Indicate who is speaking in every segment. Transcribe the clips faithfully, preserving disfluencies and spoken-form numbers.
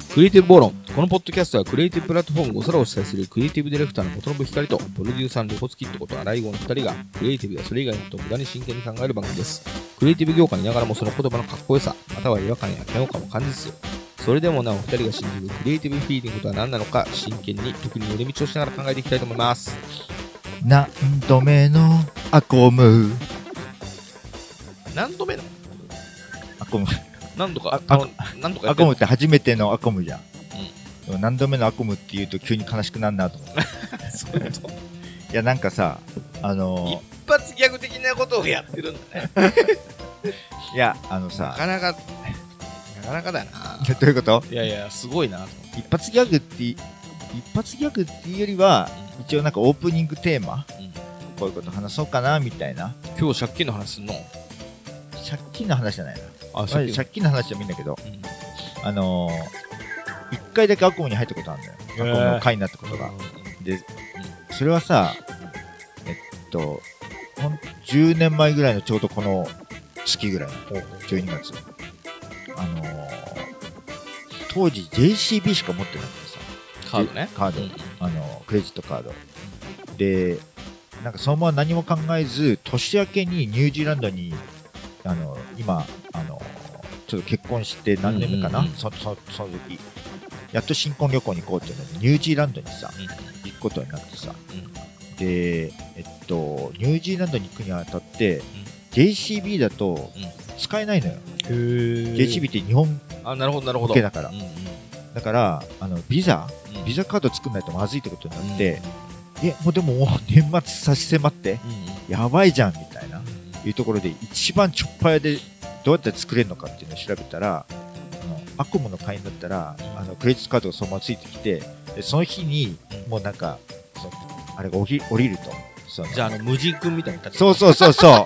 Speaker 1: クリエイティブ暴論。このポッドキャストはクリエイティブプラットフォームご空を主催するクリエイティブディレクターの元信光とプロデューサーの横津キットこと荒井郷のふたりがクリエイティブやそれ以外のことを無駄に真剣に考える番組です。クリエイティブ業界にいながらもその言葉のかっこよさ、または違和感や嫌悪感も感じつつ、それでもなおふたりが信じるクリエイティブフィーリングとは何なのか真剣に特に寄り道をしながら考えていきたいと思います。
Speaker 2: 何度目のアコム
Speaker 1: 何度目の
Speaker 2: アコム
Speaker 1: 何度か
Speaker 2: あ
Speaker 1: 何度かやってんの
Speaker 2: アコムって初めてのアコムじゃん、うん、何度目のアコムって言うと急に悲しくなるなと思って
Speaker 1: そういうこと。
Speaker 2: いやなんかさあのー、
Speaker 1: 一発ギャグ的なことをやってるんだね
Speaker 2: いやあのさ
Speaker 1: なかなかなかなかだな。
Speaker 2: どういうこと？
Speaker 1: いやいやすごいなと思って。
Speaker 2: 一発ギャグって一発ギャグっていうよりは、うん、一応なんかオープニングテーマ、うん、こういうこと話そうかなみたいな。
Speaker 1: 今日借金の話すんの？
Speaker 2: 借金の話じゃないな。
Speaker 1: あ、借金、
Speaker 2: 借金の話でもいいんだけど、うん、あのー、一回だけアコムに入ったことあるんだよ。アコムの会になったことが。で、うん、それはさ、えっと、ほんじゅうねんまえぐらいのちょうどこの月ぐらいのじゅうにがつ。あのー、当時 ジェイシービー しか持ってなくてさ。
Speaker 1: カードね。
Speaker 2: カード、うん、あのクレジットカード。で、なんかそのまま何も考えず、年明けにニュージーランドにあの今あのちょっと結婚して何年目かな、うんうんうん、そ, そ, その時やっと新婚旅行に行こうっていうのでニュージーランドにさ、うん、行くことになってさ、うん、でえっとニュージーランドに行くにあたって、うん、ジェイシービー だと使えないのよ、うん、ジェイシービー って日本向けだから、うんうん、だからあのビザ、うん、ビザカード作んないとまずいってことになって、うん、えもうでも年末差し迫って、うん、やばいじゃんみたいないうところで一番ちょっぱやでどうやって作れるのかっていうのを調べたら、あのアコムの会員だったらあのクレジットカードがそのままついてきて、でその日にもうなんかそのあれが降り、降りると、そ
Speaker 1: じゃああの無人君みたいな感じ。
Speaker 2: そうそうそうそう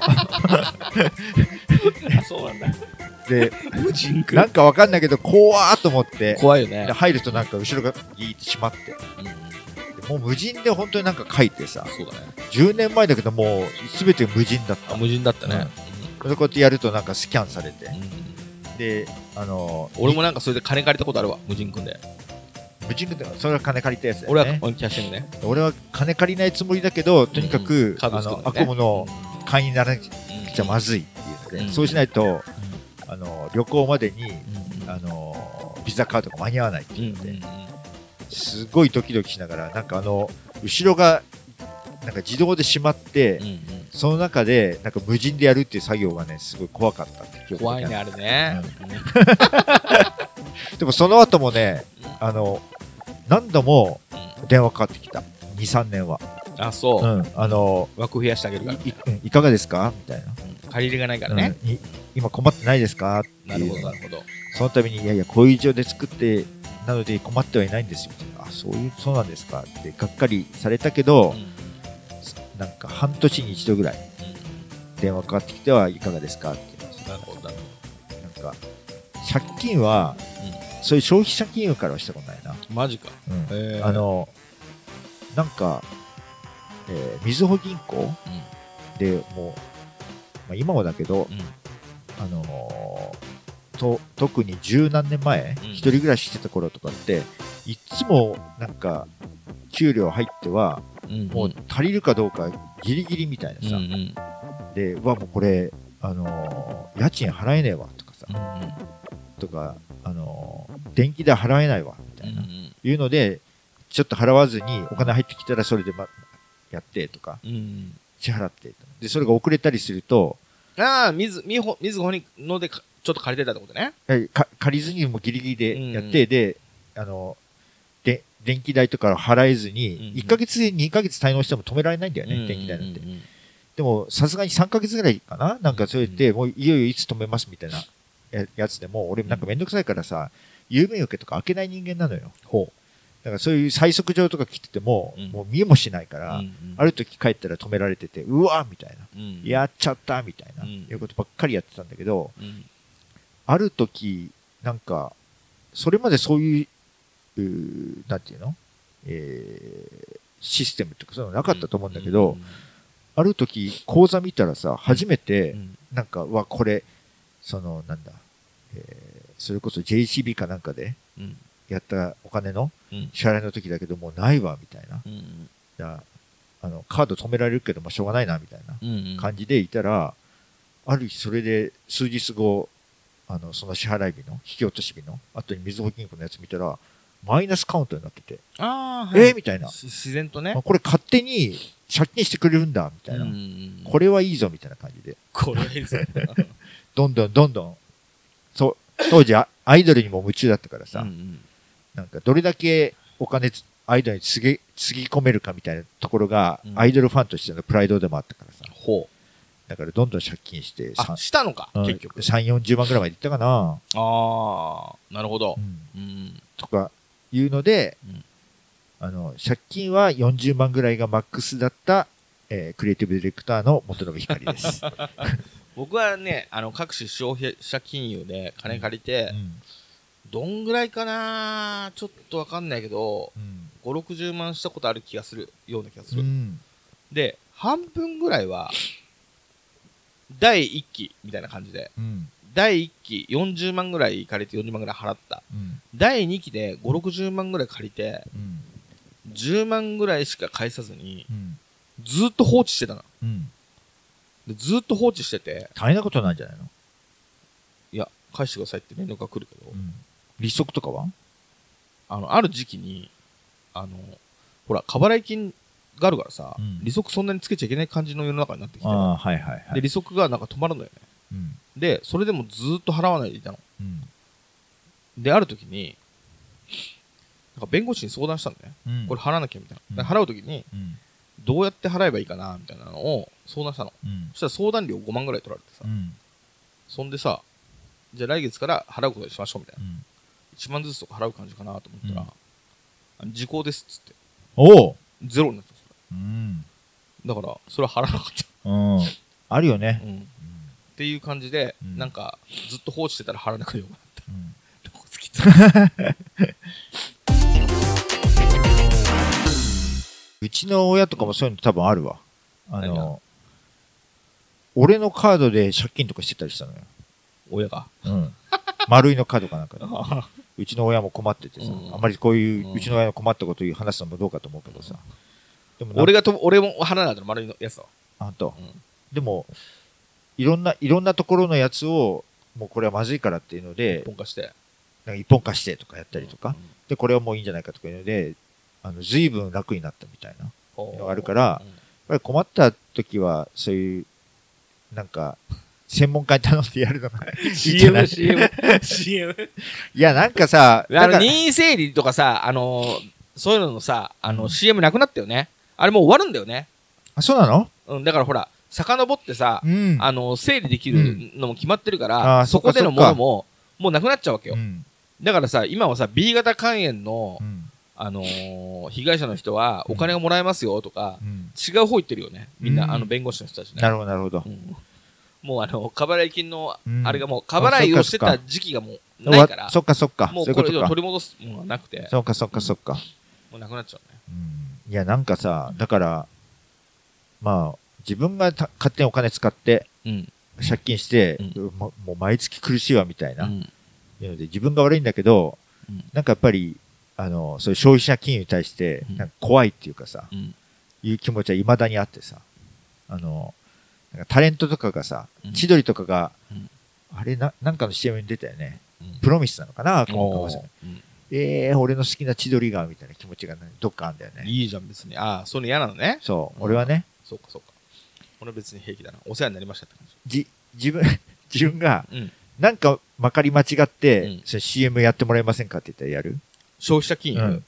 Speaker 1: そうなんだ。
Speaker 2: で
Speaker 1: 無人君
Speaker 2: なんかわかんないけど怖ーと思って、
Speaker 1: 怖いよね。
Speaker 2: で入るとなんか後ろがギーって閉まって、うん、もう無人で本当になんか書いてさ、
Speaker 1: そうだね、
Speaker 2: じゅうねんまえだけどもう全て無人だった。
Speaker 1: あ無人だったね、
Speaker 2: うん、でこうやってやるとなんかスキャンされて、うん、であのー、
Speaker 1: 俺もなんかそれで金借りたことあるわ、無人君で。
Speaker 2: 無人君ってそれは金借りたやつだよね。
Speaker 1: 俺はキャッシングね。
Speaker 2: 俺は金借りないつもりだけどとにかく、うん、あのアコムの会員にならなくちゃまずいっていうので、うん、そうしないと、うん、あの旅行までに、うん、あのビザカードが間に合わないっていうので、うん、すごいドキドキしながらなんかあの後ろがなんか自動で閉まって、うんうん、その中でなんか無人でやるっていう作業がねすごい怖かったって記憶。
Speaker 1: 怖いねあれね、
Speaker 2: うん、でもその後もねあの何度も電話かかってきた に,さん 年は。
Speaker 1: あそう、
Speaker 2: うん、あの
Speaker 1: 枠増やしてあげるから、
Speaker 2: い, い, いかがですかみたいな、
Speaker 1: うん、借り入れがないからね、
Speaker 2: うん、今困ってないですかっていう。
Speaker 1: なるほどなるほど。
Speaker 2: そのためにいやいやこういう事情で作ってなので困ってはいないんですよみたいな。あそういうそうなんですかってがっかりされたけど、うん、なんか半年に一度ぐらい電話かかってきてはいかがですかって言います。
Speaker 1: なるほどなる
Speaker 2: ほど。なんか借金は、うん、そういう消費者金融からはしたことないな。
Speaker 1: マジか、
Speaker 2: うん、えー、あのなんか、えー、みずほ銀行、うん、でもう、まあ、今もだけど、うん、あのー、と特に十何年前、うん、一人暮らししてた頃とかっていつもなんか給料入っては、うんうん、もう足りるかどうかギリギリみたいなさ、うんうん、でうわもうこれ、あのー、家賃払えねえわとかさ、うんうん、とか、あのー、電気代払えないわみたいな、うんうん、いうのでちょっと払わずにお金入ってきたらそれで、ま、やってとか、うんうん、支払ってでそれが遅れたりすると、
Speaker 1: ああみずみほみずほにのでちょっと借りてたってことね。
Speaker 2: か借りずにもギリギリでやって、うんうん、であので電気代とか払えずにいっかげつにかげつ滞納しても止められないんだよね、うんうん、電気代なんて。でもさすがにさんかげつぐらいかな、なんかそれでもういよいよいつ止めますみたいなやつでも俺なんかめんどくさいからさ郵便受けとか開けない人間なのよ。ほうだからそういう催促状とか来てても、うん、もう見えもしないから、うんうん、ある時帰ったら止められててうわみたいな、うん、やっちゃったみたいな、うん、いうことばっかりやってたんだけど、うん、ある時なんかそれまでそういう、うーなんていうの、えー、システムとかそういうのなかったと思うんだけど、うんうんうん、ある時口座見たらさ初めて、うん、なんかわこれそのなんだ、えー、それこそ ジェイシービー かなんかで、うんやったお金の
Speaker 1: うん
Speaker 2: 支払いの時だけどもうないわみたいな。
Speaker 1: うん
Speaker 2: じゃあ、あの、カード止められるけど、まあ、しょうがないなみたいな
Speaker 1: うんうん
Speaker 2: 感じでいたら、ある日それで数日後、あの、その支払い日の、引き落とし日の後にみずほ銀行のやつ見たら、マイナスカウントになってて、
Speaker 1: あー、はい
Speaker 2: えーみたいな。
Speaker 1: し自然とね
Speaker 2: あこれ勝手に借金してくれるんだ、みたいな。
Speaker 1: うんうんうん
Speaker 2: これはいいぞ、みたいな感じで。
Speaker 1: これはいいぞ
Speaker 2: どんどんどんどん、そう、当時あアイドルにも夢中だったからさ、
Speaker 1: うんうん
Speaker 2: なんかどれだけお金つアイドルにつぎ、つぎ込めるかみたいなところが、
Speaker 1: うん
Speaker 2: アイドルファンとしてのプライドでもあったからさ、
Speaker 1: ほう
Speaker 2: だからどんどん借金して、
Speaker 1: あしたのか
Speaker 2: うん
Speaker 1: 結局
Speaker 2: さん、よんじゅうまんぐらいまでいったかな、
Speaker 1: ああなるほど
Speaker 2: うん
Speaker 1: うん
Speaker 2: とかいうので、
Speaker 1: うん
Speaker 2: あの、借金はよんじゅうまんぐらいがマックスだった、えークリエイティブディレクターの元信光です。
Speaker 1: 僕はねあの各種消費者金融で金借りて、
Speaker 2: うん
Speaker 1: どんぐらいかなちょっとわかんないけど
Speaker 2: うん
Speaker 1: ご、ろくじゅうまんしたことある気がするような気がする、
Speaker 2: うん
Speaker 1: で半分ぐらいはだいいっきみたいな感じで
Speaker 2: うん
Speaker 1: だいいっきよんじゅうまんぐらい借りてよんじゅうまんぐらい払った
Speaker 2: うん
Speaker 1: だいにきでご、ろくじゅうまんぐらい借りて
Speaker 2: うん
Speaker 1: じゅうまんぐらいしか返さずに
Speaker 2: うん
Speaker 1: ずっと放置してたの
Speaker 2: うん
Speaker 1: でずっと放置してて
Speaker 2: 大変なことなんじゃないの、
Speaker 1: いや返してくださいって連絡が来るけど、
Speaker 2: うん、利息とかは
Speaker 1: あのある時期にあのほら過払い金があるからさ、
Speaker 2: うん
Speaker 1: 利息そんなにつけちゃいけない感じの世の中になってきて、
Speaker 2: ああ、はいはいはい。
Speaker 1: で利息がなんか止まるのよね
Speaker 2: うん
Speaker 1: でそれでもずーっと払わないでいたの
Speaker 2: うん
Speaker 1: である時になんか弁護士に相談したのね、
Speaker 2: うん
Speaker 1: これ払わなきゃみたいな、
Speaker 2: うん
Speaker 1: で払う時に
Speaker 2: うん
Speaker 1: どうやって払えばいいかなみたいなのを相談したの
Speaker 2: うん
Speaker 1: そしたら相談料ごまんぐらい取られてさ、
Speaker 2: うん
Speaker 1: そんでさじゃあ来月から払うことにしましょうみたいな
Speaker 2: うん
Speaker 1: いちまんずつとか払う感じかなと思ったら、
Speaker 2: うん
Speaker 1: あの時効ですっつって
Speaker 2: おお
Speaker 1: ゼロになった
Speaker 2: うん
Speaker 1: だからそれは払わなかった、
Speaker 2: うんあるよね。
Speaker 1: うん、っていう感じで、
Speaker 2: うん
Speaker 1: なんかずっと放置してたら払わなくてよくなった
Speaker 2: うん
Speaker 1: どこ好きって
Speaker 2: うちの親とかもそういうの多分あるわ。あ
Speaker 1: 何が
Speaker 2: の、俺のカードで借金とかしてたりしたのよ。
Speaker 1: 親が
Speaker 2: うん。丸いのカードかなんかで。
Speaker 1: あ
Speaker 2: うちの親も困っててさ、
Speaker 1: うん
Speaker 2: あんまりこういう、
Speaker 1: うん
Speaker 2: うちの親の困ったことを話すのもどうかと思うけどさ。でもなんか
Speaker 1: 俺がと俺も払わなかったの丸いのやつだわ、
Speaker 2: あんと
Speaker 1: う。ん
Speaker 2: でも、いろんな、いろんなところのやつを、もうこれはまずいからっていうので、
Speaker 1: 本化して
Speaker 2: なんか一本化してとかやったりとか、
Speaker 1: うん
Speaker 2: で、これはもういいんじゃないかとかいうので、あの、随分楽になったみたいな。
Speaker 1: ほう
Speaker 2: のがあるから
Speaker 1: うん
Speaker 2: やっぱり困った時は、そういう、なんか、専門家に頼んでやるのがいいんじゃない
Speaker 1: シーエム、シーエム、シーエム。
Speaker 2: いや、なんかさ、
Speaker 1: あの、
Speaker 2: だから
Speaker 1: 任意整理とかさ、あのー、そういうののさ、あの、
Speaker 2: うん
Speaker 1: シーエム なくなったよね。あれもう終わるんだよね。
Speaker 2: あ、そうなの
Speaker 1: うん、だからほら、遡ってさ、
Speaker 2: うん。
Speaker 1: あの、整理できるのも決まってるか
Speaker 2: あ
Speaker 1: ら、
Speaker 2: ー
Speaker 1: そこでの
Speaker 2: そっか
Speaker 1: ものも、もうなくなっちゃうわけよ
Speaker 2: う。ん。
Speaker 1: だからさ、今はさ、B 型肝炎の
Speaker 2: う、ん。
Speaker 1: あのー、被害者の人はお金がもらえますよとか、
Speaker 2: うん。
Speaker 1: 違う方言ってるよね。みんな、
Speaker 2: うん
Speaker 1: あの、弁護士の人たちね。
Speaker 2: なるほど、なるほど
Speaker 1: う。んもうあの、過払い金の、
Speaker 2: うん
Speaker 1: あれがもう、過払いをして
Speaker 2: あそっか
Speaker 1: た時期がもうないから、
Speaker 2: そっかそっか。
Speaker 1: もこれ以上
Speaker 2: そうういうことか。
Speaker 1: 取り戻すものがなくて、
Speaker 2: そっかそっかそっか。
Speaker 1: もうなくなっちゃうね。
Speaker 2: うん。いや、なんかさ、だから、まあ、自分がた勝手にお金使って、
Speaker 1: うん。
Speaker 2: 借金して、
Speaker 1: う
Speaker 2: ももう毎月苦しいわみたいな、
Speaker 1: うん。
Speaker 2: いうので、自分が悪いんだけど、
Speaker 1: うん
Speaker 2: なんかやっぱり、あの、そういう消費者金融に対して
Speaker 1: うん、
Speaker 2: なんか怖いっていうかさ、
Speaker 1: うん。
Speaker 2: いう気持ちは未だにあってさ、あの、なんかタレントとかがさ
Speaker 1: うん、
Speaker 2: 千鳥とかが、
Speaker 1: うん
Speaker 2: あれな、なんかの シーエム に出たよね。
Speaker 1: うん
Speaker 2: プロミスなのかな、
Speaker 1: おーうん
Speaker 2: えー、俺の好きな千鳥が、みたいな気持ちがねどっかあんだよね。
Speaker 1: いいじゃん、別に。ああ、そういうの嫌なのね。
Speaker 2: そう、
Speaker 1: うん
Speaker 2: 俺はね、
Speaker 1: そうか、そうか。俺別に平気だな。お世話になりましたって感じ。
Speaker 2: じ、自分、自分が、
Speaker 1: うん。
Speaker 2: なんかまかり間違って、
Speaker 1: うん
Speaker 2: それ シーエム やってもらえませんかって言ったらやる
Speaker 1: 消費者金融。
Speaker 2: うん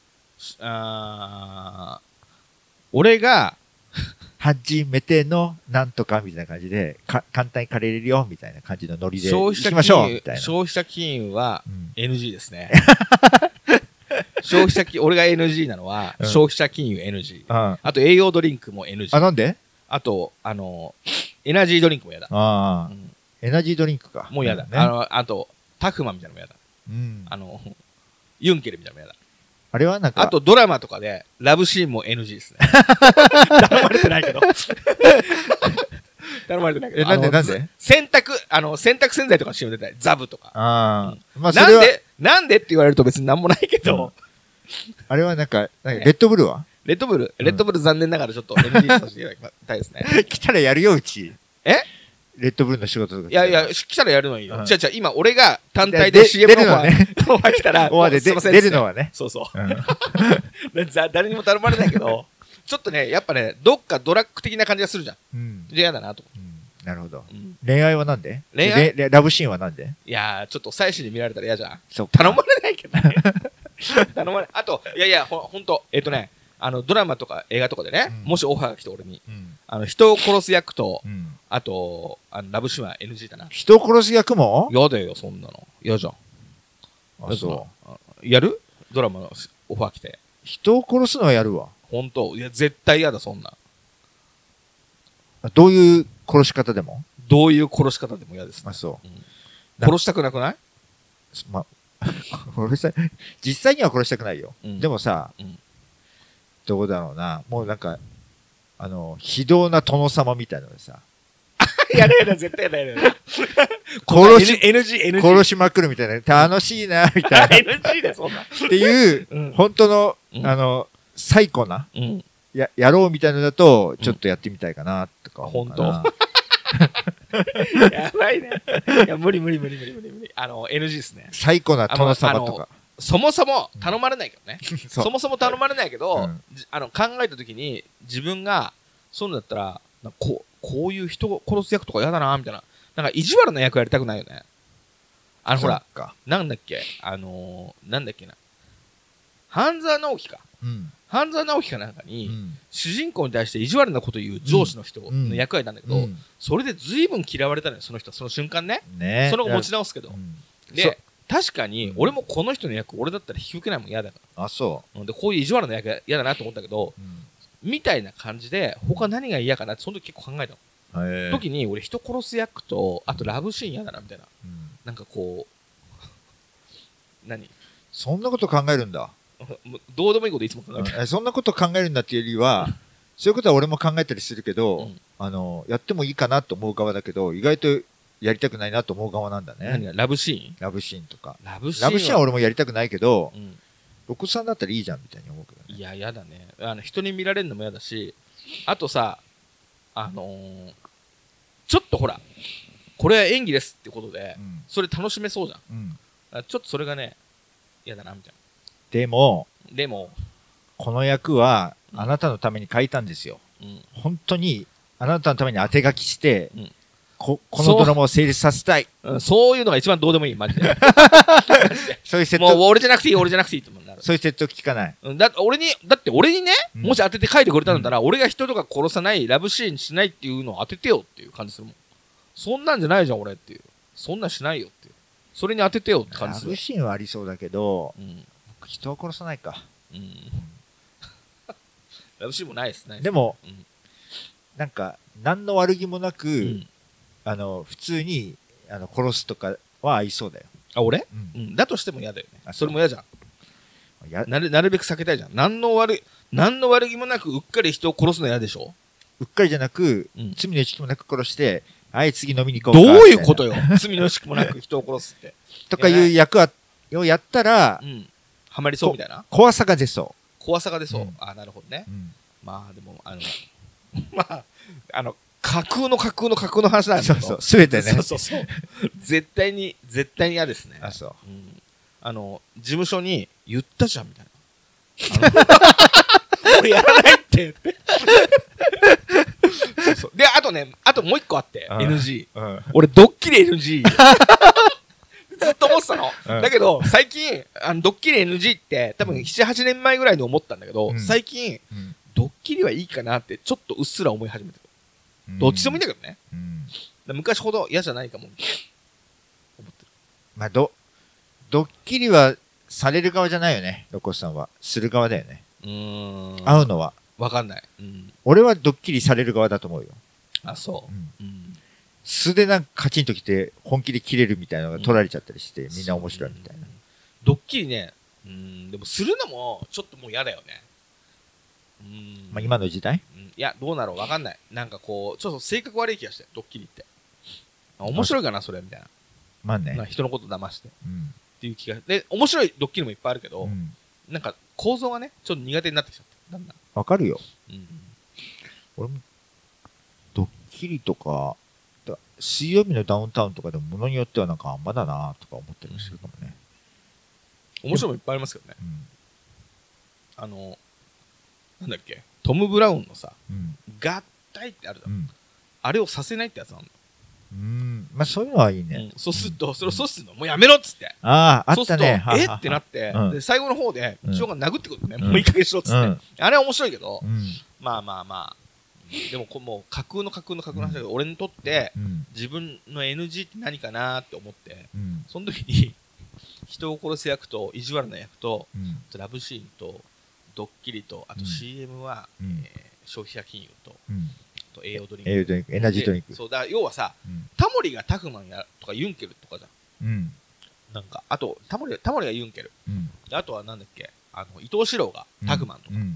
Speaker 1: あー俺が、
Speaker 2: 初めてのなんとかみたいな感じで、か簡単に借りれるよみたいな感じのノリで
Speaker 1: 消費者
Speaker 2: 行きましょう
Speaker 1: 金融、
Speaker 2: みたいな。
Speaker 1: 消費者金融は
Speaker 2: うん
Speaker 1: エヌジー ですね。消費者金、俺が エヌジー なのは、
Speaker 2: うん
Speaker 1: 消費者金融 エヌジー。
Speaker 2: あ
Speaker 1: あと栄養ドリンクも エヌジ
Speaker 2: あ、
Speaker 1: ー。
Speaker 2: なんで
Speaker 1: あと、あの、エナジードリンクも嫌だ。
Speaker 2: ああ、
Speaker 1: うん
Speaker 2: エナジードリンクか。
Speaker 1: もう嫌だ。
Speaker 2: ね。
Speaker 1: あの、あと、タフマみたいなのも嫌だ。
Speaker 2: うん、
Speaker 1: あの、ユンケルみたいなのも嫌だ。
Speaker 2: あれはなんか、
Speaker 1: あと、ドラマとかで、ラブシーンも エヌジー ですね。頼まれてないけど。頼まれてないけど。
Speaker 2: えなんで
Speaker 1: あの
Speaker 2: なんで
Speaker 1: 洗濯、 あの洗濯洗剤とか シーエム 出たりザブとか
Speaker 2: あ、うん、まあそ
Speaker 1: な
Speaker 2: れは
Speaker 1: んでなんでって言われると別になんもないけど、うん、
Speaker 2: あれはなんかなんかレッドブルは
Speaker 1: レッドブルレッドブル残念ながらちょっと エヌジー させていただきたいですね
Speaker 2: 来たらやるようち
Speaker 1: え
Speaker 2: レッドブルの仕事とか
Speaker 1: いやいや来たらやるのいいよ、
Speaker 2: うん、
Speaker 1: 違う違う今俺が単体で シーエム のオファー来たら
Speaker 2: オファーで出るのはね
Speaker 1: そうそう、うん、誰にも頼まれないけどちょっとねやっぱねどっかドラッグ的な感じがするじゃん、うん、じゃあ嫌だなと思って、うん、
Speaker 2: なるほど、うん、恋愛はなんで
Speaker 1: 恋愛
Speaker 2: ラブシーンはなんで
Speaker 1: いやーちょっと妻子に見られたら嫌じゃん頼まれないけどね頼まれあといやいやほほんとえっとねあのドラマとか映画とかでね、うん、もしオファーが来て俺に、うん、あの人を殺す役と、うん、あとあのラブシーンは エヌジー だな
Speaker 2: 人を殺す役も
Speaker 1: 嫌だよそんなの嫌じゃん
Speaker 2: あそう
Speaker 1: やるドラマのオファー来て
Speaker 2: 人を殺すのはやるわ
Speaker 1: ほんといや絶対嫌だそんな
Speaker 2: どういう殺し方でも
Speaker 1: どういう殺し方でも嫌です、ね、
Speaker 2: あそう、うん、
Speaker 1: 殺したくなくない
Speaker 2: ま殺した実際には殺したくないよ、うん、でもさ、うん、どうだろうなもうなんかあの非道な殿様みたいなのでさ
Speaker 1: やだやだ絶対やだやだ
Speaker 2: 殺し
Speaker 1: エヌジー エヌジー
Speaker 2: 殺しまくるみたいな楽しいなみたいな
Speaker 1: エヌジー でそんな
Speaker 2: っていう、うん、本当の、うん、あの最高な、うん、ややろうみたいなのだとちょっとやってみたいかなとか思うかな、
Speaker 1: 本当やばいねいや無理無理無理無理無理無理あの エヌジー ですね
Speaker 2: 最高な殿様とか
Speaker 1: そもそも頼まれないけどね、うん、そ, そもそも頼まれないけど、うん、あの考えた時に自分がそうなんだったらなんかこうこういう人を殺す役とか嫌だなみたいななんか意地悪な役やりたくないよねあのほらなんだっけあのー、なんだっけな半沢直樹か、うん、半沢直樹かなんかに、うん、主人公に対して意地悪なこと言う上司の人の役割なんだけど、うん、それで随分嫌われたのよその人はその瞬間 ね, ねその後持ち直すけど、うん、で確かに俺もこの人の役俺だったら引き受けないもん嫌だから
Speaker 2: あそう、
Speaker 1: でこういう意地悪な役嫌だなと思ったけど、うんみたいな感じで他何が嫌かなってその時結構考えたの時に俺人殺す役とあとラブシーン嫌だなみたいな、うん、なんかこう何
Speaker 2: そんなこと考えるんだ
Speaker 1: どうでもいいこといつも考えてる、
Speaker 2: うん、そんなこと考えるんだっていうよりはそういうことは俺も考えたりするけど、うん、あのやってもいいかなと思う側だけど意外とやりたくないなと思う側なんだね
Speaker 1: 何がラブシーン
Speaker 2: ラブシーンとか
Speaker 1: ラブシーン は,
Speaker 2: ラブシーンは俺もやりたくないけど、うんお子さんだったらいいじゃんみたいに思うけどね
Speaker 1: いややだねあの人に見られるのも嫌だしあとさあのー、ちょっとほらこれは演技ですってことで、うん、それ楽しめそうじゃん、うん、ちょっとそれがね嫌だなみたいな
Speaker 2: でも
Speaker 1: でも
Speaker 2: この役はあなたのために書いたんですよ、うん、本当にあなたのために当て書きして、うんこ, このドラマを成立させたい
Speaker 1: そう、うん、そういうのが一番どうでもいいマジで
Speaker 2: そういう説
Speaker 1: 得もう俺じゃなくていい俺じゃなくていいと思う
Speaker 2: そういう説得聞かない、
Speaker 1: うん、だ俺にだって俺にね、うん、もし当てて書いてくれたんだったら、うん、俺が人とか殺さないラブシーンしないっていうのを当ててよっていう感じするもんそんなんじゃないじゃん俺っていうそんなんしないよっていうそれに当ててよって感じする
Speaker 2: ラブシーンはありそうだけど、うん、人を殺さないか、うん、
Speaker 1: ラブシーンもないですね
Speaker 2: でも、うん、なんか何の悪気もなく、うんあの普通にあの殺すとかは合いそうだよ
Speaker 1: あ俺、うんうん、だとしても嫌だよねそれも嫌じゃんや な, るなるべく避けたいじゃん何の悪何の悪気もなくうっかり人を殺すの嫌でしょ
Speaker 2: うっかりじゃなく、うん、罪の意識もなく殺してはい次飲みに行こうか
Speaker 1: どういうことよ罪の意識もなく人を殺すって
Speaker 2: とかいう役をやったら、
Speaker 1: うん、ハマりそうみたいな
Speaker 2: 怖さが出そう
Speaker 1: 怖さが出そう、うん、あなるほどね、うん、まあでもあのまああの架空の架空の架空の話なんだけど
Speaker 2: そうそうすべてね
Speaker 1: そうそうそう絶対に絶対に嫌ですね
Speaker 2: あそう、
Speaker 1: うん、あの事務所に言ったじゃんみたいな俺やらないってってそうそうであとねあともう一個あって エヌジー、うん、俺ドッキリ エヌジー ずっと思ってたの、うん、だけど最近あのドッキリ エヌジー って多分ななはちねんまえぐらいに思ったんだけど、うん、最近、うん、ドッキリはいいかなってちょっとうっすら思い始めてるどっちでもいいんだけどね、うん、昔ほど嫌じゃないかも思ってる
Speaker 2: まあドドッキリはされる側じゃないよねロコスさんはする側だよねうーん会うのは
Speaker 1: 分かんない、うん、
Speaker 2: 俺はドッキリされる側だと思うよ
Speaker 1: あそう、うんうん、
Speaker 2: 素でなんかカチンときて本気で切れるみたいなのが取られちゃったりして、うん、みんな面白いみたいな、うん、
Speaker 1: ドッキリねうんでもするのもちょっともう嫌だよね
Speaker 2: うんまあ今の時代
Speaker 1: いやどうなろう分かんないなんかこうちょっと性格悪い気がしてドッキリって面白いかなそれみたいな、
Speaker 2: まあね、
Speaker 1: まあ、人のこと騙してっ
Speaker 2: うん
Speaker 1: ていう気がで面白いドッキリもいっぱいあるけど、
Speaker 2: うん、
Speaker 1: なんか構造がねちょっと苦手になってきちゃってだんだん、
Speaker 2: わかるよ。
Speaker 1: うん
Speaker 2: 俺もドッキリとかだ水曜日のダウンタウンとかでもものによってはなんかあんまだなとか思ったりするかもね、
Speaker 1: 面白いもいっぱいありますけどね。
Speaker 2: うん
Speaker 1: あのなんだっけトム・ブラウンのさ
Speaker 2: うん
Speaker 1: 合体ってあるじゃ、
Speaker 2: うんん
Speaker 1: あれをさせないってやつなの、
Speaker 2: うんまあそういうのはいいね、
Speaker 1: うんそうするとそれを阻止するのもうやめろっつって、
Speaker 2: あああった
Speaker 1: そうすると
Speaker 2: ねははは
Speaker 1: えってなって、
Speaker 2: うん
Speaker 1: で最後の方で
Speaker 2: うん
Speaker 1: 一応が殴ってくるのね、
Speaker 2: うん
Speaker 1: もういい加減しろっつって、
Speaker 2: うん
Speaker 1: あれは面白いけど、
Speaker 2: うん
Speaker 1: まあまあまあでもこもう架空の架空の架空の話だけど、俺にとって
Speaker 2: うん
Speaker 1: 自分の エヌジー って何かなって思って
Speaker 2: うん
Speaker 1: その時に人を殺す役と意地悪な役と
Speaker 2: うん
Speaker 1: ラブシーンとドッキリとあと
Speaker 2: うん
Speaker 1: シーエム は、
Speaker 2: うん
Speaker 1: えー消費者金融と
Speaker 2: うん
Speaker 1: あと栄養ドリンク
Speaker 2: 栄養ドリンクエナジードリンク
Speaker 1: でそうだから要はさ
Speaker 2: うん
Speaker 1: タモリがタフマンやとかユンケルとかじゃん
Speaker 2: うん
Speaker 1: なんかあとタモリタモリがユンケル
Speaker 2: うん
Speaker 1: であとはなんだっけあの伊藤四郎がタフマンとか、
Speaker 2: うん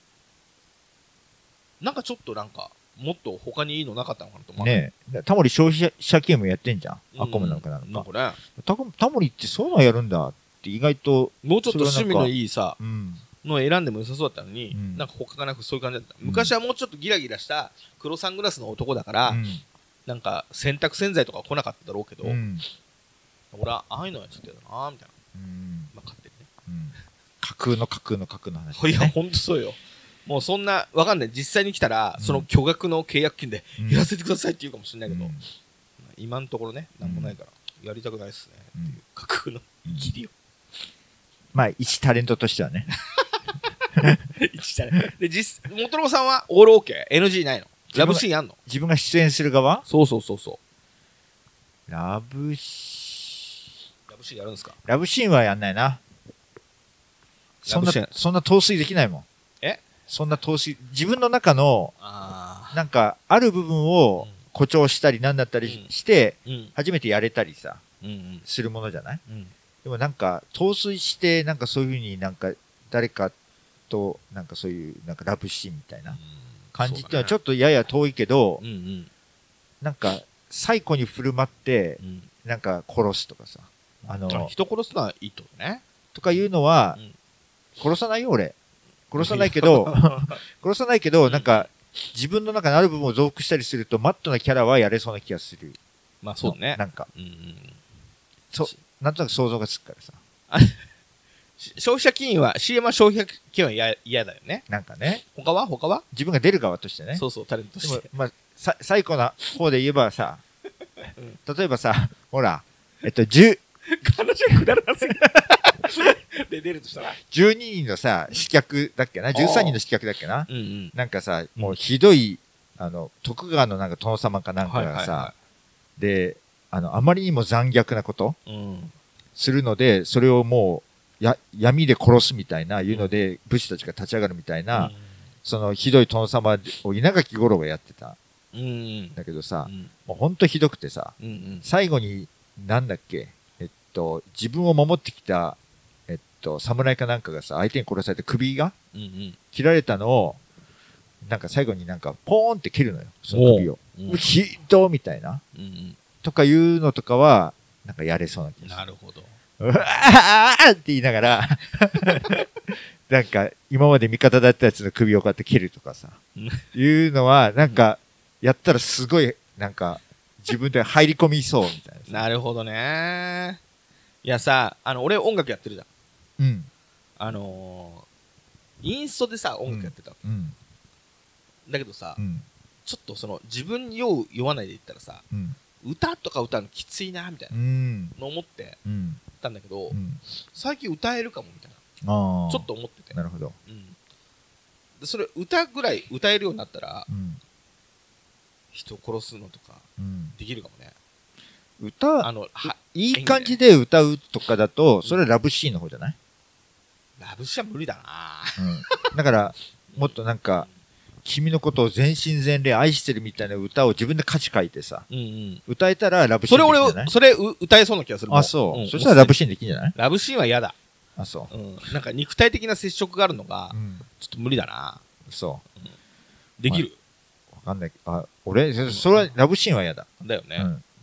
Speaker 1: なんかちょっとなんかもっと他にいいのなかったのかなと思う
Speaker 2: ねえタモリ消費者ゲームやってんじゃん、
Speaker 1: うん
Speaker 2: アコムなのかなのか
Speaker 1: なんかね
Speaker 2: タコタモリってそういうのやるんだって意外と
Speaker 1: もうちょっと趣味の
Speaker 2: い
Speaker 1: いいさ
Speaker 2: うん
Speaker 1: のを選んでも良さそうだったのに、
Speaker 2: うん
Speaker 1: なんか他がなくそういう感じだった、
Speaker 2: うん
Speaker 1: 昔はもうちょっとギラギラした黒サングラスの男だから、
Speaker 2: うん
Speaker 1: なんか洗濯洗剤とか来なかっただろうけど、
Speaker 2: うん
Speaker 1: 俺はああいうのやっちゃってるなみたいな、
Speaker 2: うん
Speaker 1: まあ、勝手にね
Speaker 2: うん架空の架空の架空の話、
Speaker 1: いや
Speaker 2: ね、
Speaker 1: ほんとそうよもうそんなわかんない実際に来たら、
Speaker 2: うん
Speaker 1: その巨額の契約金で
Speaker 2: うん
Speaker 1: やらせてくださいって言うかもしれないけど、
Speaker 2: うん
Speaker 1: 今のところねなんもないからやりたくないっすね、
Speaker 2: うん
Speaker 1: っていう架空の切りを
Speaker 2: まあ一タレントとしてはね
Speaker 1: 一タレントで実元郎さんはオールオーケー エヌジー ないのラブシーンあんの
Speaker 2: 自分が出演する側
Speaker 1: そうそうそうそう
Speaker 2: ラブシ
Speaker 1: ラブシーンやるんですか
Speaker 2: ラブシーンはやんないなそんな
Speaker 1: ラブシーン
Speaker 2: そんな陶酔できないもん
Speaker 1: え
Speaker 2: そんな陶酔自分の中の
Speaker 1: あ
Speaker 2: なんかある部分を
Speaker 1: うん
Speaker 2: 誇張したりなんだったり
Speaker 1: うん
Speaker 2: して
Speaker 1: あうん
Speaker 2: 初めてやれたりさ
Speaker 1: うんうん
Speaker 2: するものじゃない
Speaker 1: うん
Speaker 2: でもなんか陶酔してなんかそういうふうになんか誰かとなんかそういうなんかラブシーンみたいな感じっていうのはちょっとやや遠いけど、
Speaker 1: うんうん
Speaker 2: なんか最古に振る舞って
Speaker 1: うん
Speaker 2: なんか殺すとかさあの
Speaker 1: あ人殺すのはいいってことね
Speaker 2: とかいうのは、
Speaker 1: うん
Speaker 2: 殺さないよ俺殺さないけど殺さないけどなんか自分の中のある部分を増幅したりするとマットなキャラはやれそうな気がする
Speaker 1: まあそうね
Speaker 2: なんか
Speaker 1: うんうん
Speaker 2: そなんとなく想像がつくからさ
Speaker 1: し消費者金融は シーエム は消費者金融は嫌嫌だよね
Speaker 2: なんかね
Speaker 1: 他は他は
Speaker 2: 自分が出る側としてね
Speaker 1: そうそうタレントと
Speaker 2: でも
Speaker 1: して
Speaker 2: まあさ最古な方で言えばさ、例えばさほらえっとじゅう
Speaker 1: 話がくだらなすぎるで出るとしたら
Speaker 2: じゅうににんのさ刺客だっけなじゅうさんにんの刺客だっけな
Speaker 1: うんうん
Speaker 2: なんかさもうひどいあの徳川のなんか殿様かなんかがさ、
Speaker 1: はいはいは
Speaker 2: であのあまりにも残虐なこと
Speaker 1: うん
Speaker 2: するのでそれをもうや闇で殺すみたいないうので武士たちが立ち上がるみたいな、そのひどい殿様を稲垣吾郎がやってた
Speaker 1: うんうん
Speaker 2: だけどさ、
Speaker 1: うん
Speaker 2: もうほんとひどくてさ
Speaker 1: うんうん
Speaker 2: 最後になんだっけえっと自分を守ってきたえっと侍かなんかがさ相手に殺されて首が
Speaker 1: うんうん
Speaker 2: 切られたのをなんか最後になんかポーンって切るのよその首を、
Speaker 1: うん
Speaker 2: ひどみたいな
Speaker 1: うんうん
Speaker 2: とかいうのとかはなんかやれそうな気がする
Speaker 1: なるほど
Speaker 2: うわーって言いながらなんか今まで味方だったやつの首をこうやって切るとかさ
Speaker 1: うん
Speaker 2: いうのはなんかやったらすごいなんか自分で入り込みそうみたいなさ
Speaker 1: なるほどねいやさあの俺音楽やってるじゃん
Speaker 2: うん
Speaker 1: あのーインストでさ音楽やってたの
Speaker 2: うん
Speaker 1: だけどさ
Speaker 2: うん
Speaker 1: ちょっとその自分に酔う酔わないで言ったらさ
Speaker 2: うん
Speaker 1: 歌とか歌うのきついなみたいな
Speaker 2: うん
Speaker 1: の思って
Speaker 2: うん
Speaker 1: たんだけど
Speaker 2: うん
Speaker 1: 最近歌えるかもみたいな
Speaker 2: ああ
Speaker 1: ちょっと思ってて
Speaker 2: なるほど
Speaker 1: うんでそれ歌ぐらい歌えるようになったら
Speaker 2: うん
Speaker 1: 人を殺すのとか
Speaker 2: うん
Speaker 1: できるかもね
Speaker 2: 歌
Speaker 1: あのはい
Speaker 2: い感じで歌うとかだとそれはラブシーンの方じゃない
Speaker 1: ラブシーンは無理だな
Speaker 2: うんだからもっとなんか君のことを全身全霊愛してるみたいな歌を自分で歌詞書いてさ
Speaker 1: うんうん
Speaker 2: 歌えたらラブシー
Speaker 1: それ
Speaker 2: ンできるんじゃない
Speaker 1: 俺それう歌えそうな気がするもん
Speaker 2: あそう、
Speaker 1: ん
Speaker 2: そしたらラブシーンできるんじゃない
Speaker 1: ラブシーンは嫌だ
Speaker 2: あそう
Speaker 1: うんなんか肉体的な接触があるのが
Speaker 2: うん
Speaker 1: ちょっと無理だな
Speaker 2: そ
Speaker 1: できる
Speaker 2: うわかんないあ俺そそれはラブシーンは嫌だ、
Speaker 1: だよね
Speaker 2: うん、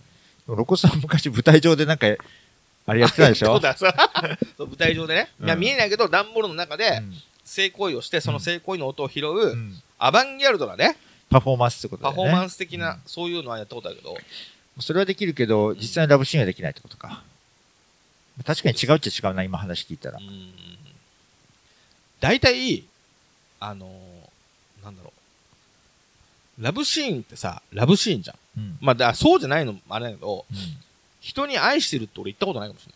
Speaker 2: 露骨さん昔舞台上でなんかあれやってたでしょ。
Speaker 1: そうだそう舞台上でね、
Speaker 2: うん、
Speaker 1: いや見えないけど段ボールの中で性行為をしてその性行為の音を拾う、うん、アバンギャルドなね
Speaker 2: パフォーマンスってことだよね。
Speaker 1: パフォーマンス的な、うん、そういうのはやったことあるけど、
Speaker 2: それはできるけど実際にラブシーンはできないってことか。うん、確かに違うっちゃ違うな、今話聞いたら。
Speaker 1: 大体あのー、なんだろう、ラブシーンってさラブシーンじゃん、うん、まあだそうじゃないのもあれだけど、うん、人に愛してるって俺言ったことないかもしれ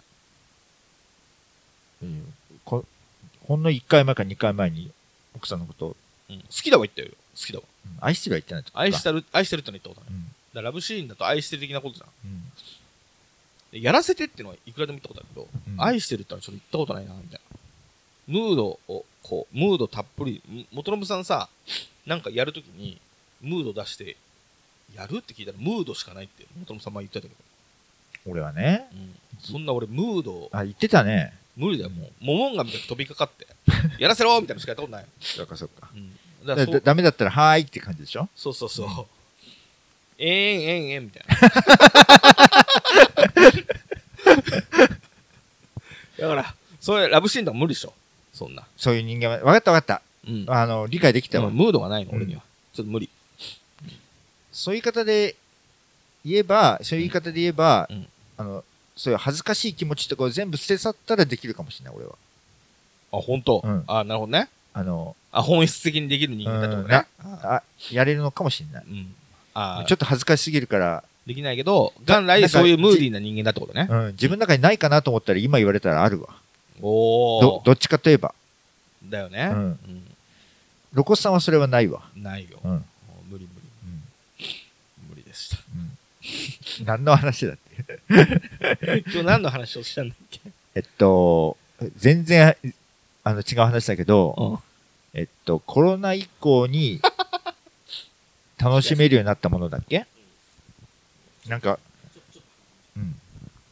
Speaker 1: ない、うん、
Speaker 2: こほんのいっかいまえかにかいまえに奥さんのことを、
Speaker 1: うん、好きだわ言ったよ好きだわ、
Speaker 2: うん、愛してるは言ってないってことか。
Speaker 1: 愛してる愛してるっての言ったことない、うん、だからラブシーンだと愛してる的なことじゃん、うん、やらせてってのはいくらでも言ったことあるけど、うん、愛してるってのはちょっと言ったことないなみたいな。ムードをこうムードたっぷり、元信さんさなんかやるときにムード出してやるって聞いたらムードしかないって元信さんは言ってたけど、
Speaker 2: 俺はね、
Speaker 1: うん、そんな俺ムード
Speaker 2: あ言ってたね。
Speaker 1: 無理だよもうモモンガみたいに飛びかかってやらせろみたいなのしかやったことない。
Speaker 2: そっかそっか、うん、
Speaker 1: だから
Speaker 2: だダメだったらはーいって感じでしょ。
Speaker 1: そうそうそう、うん、えーんえーんえーんみたいなだからそれラブシーンとか無理でしょそんな。
Speaker 2: そういう人間は分かった分かった、うん、あの理解できたわ、
Speaker 1: うん、ムードがないの俺には、うん、ちょっと無理。
Speaker 2: そういう言い方で言えばそういう言い方で言えば、うん、あのそういう恥ずかしい気持ちとかを全部捨て去ったらできるかもしれない俺は。
Speaker 1: あ本当、うん、あなるほどね。
Speaker 2: あの
Speaker 1: あ本質的にできる人間だってことね、
Speaker 2: うん、あやれるのかもしれない、うん、あちょっと恥ずかしすぎるから
Speaker 1: できないけど元来そういうムーディーな人間だってことね、
Speaker 2: うん、自分の中にないかなと思ったら今言われたらあるわ。
Speaker 1: お
Speaker 2: どどっちかといえば
Speaker 1: だよね、うんうん、
Speaker 2: 露骨さんはそれはないわ。
Speaker 1: ないよ、うん、無理無理、うん、無理でした、
Speaker 2: うん、何の話だって
Speaker 1: 今日何の話をしたんだっけ。
Speaker 2: えっと全然あの違う話だけど、うん、えっとコロナ以降に楽しめるようになったものだっけなんか、うん、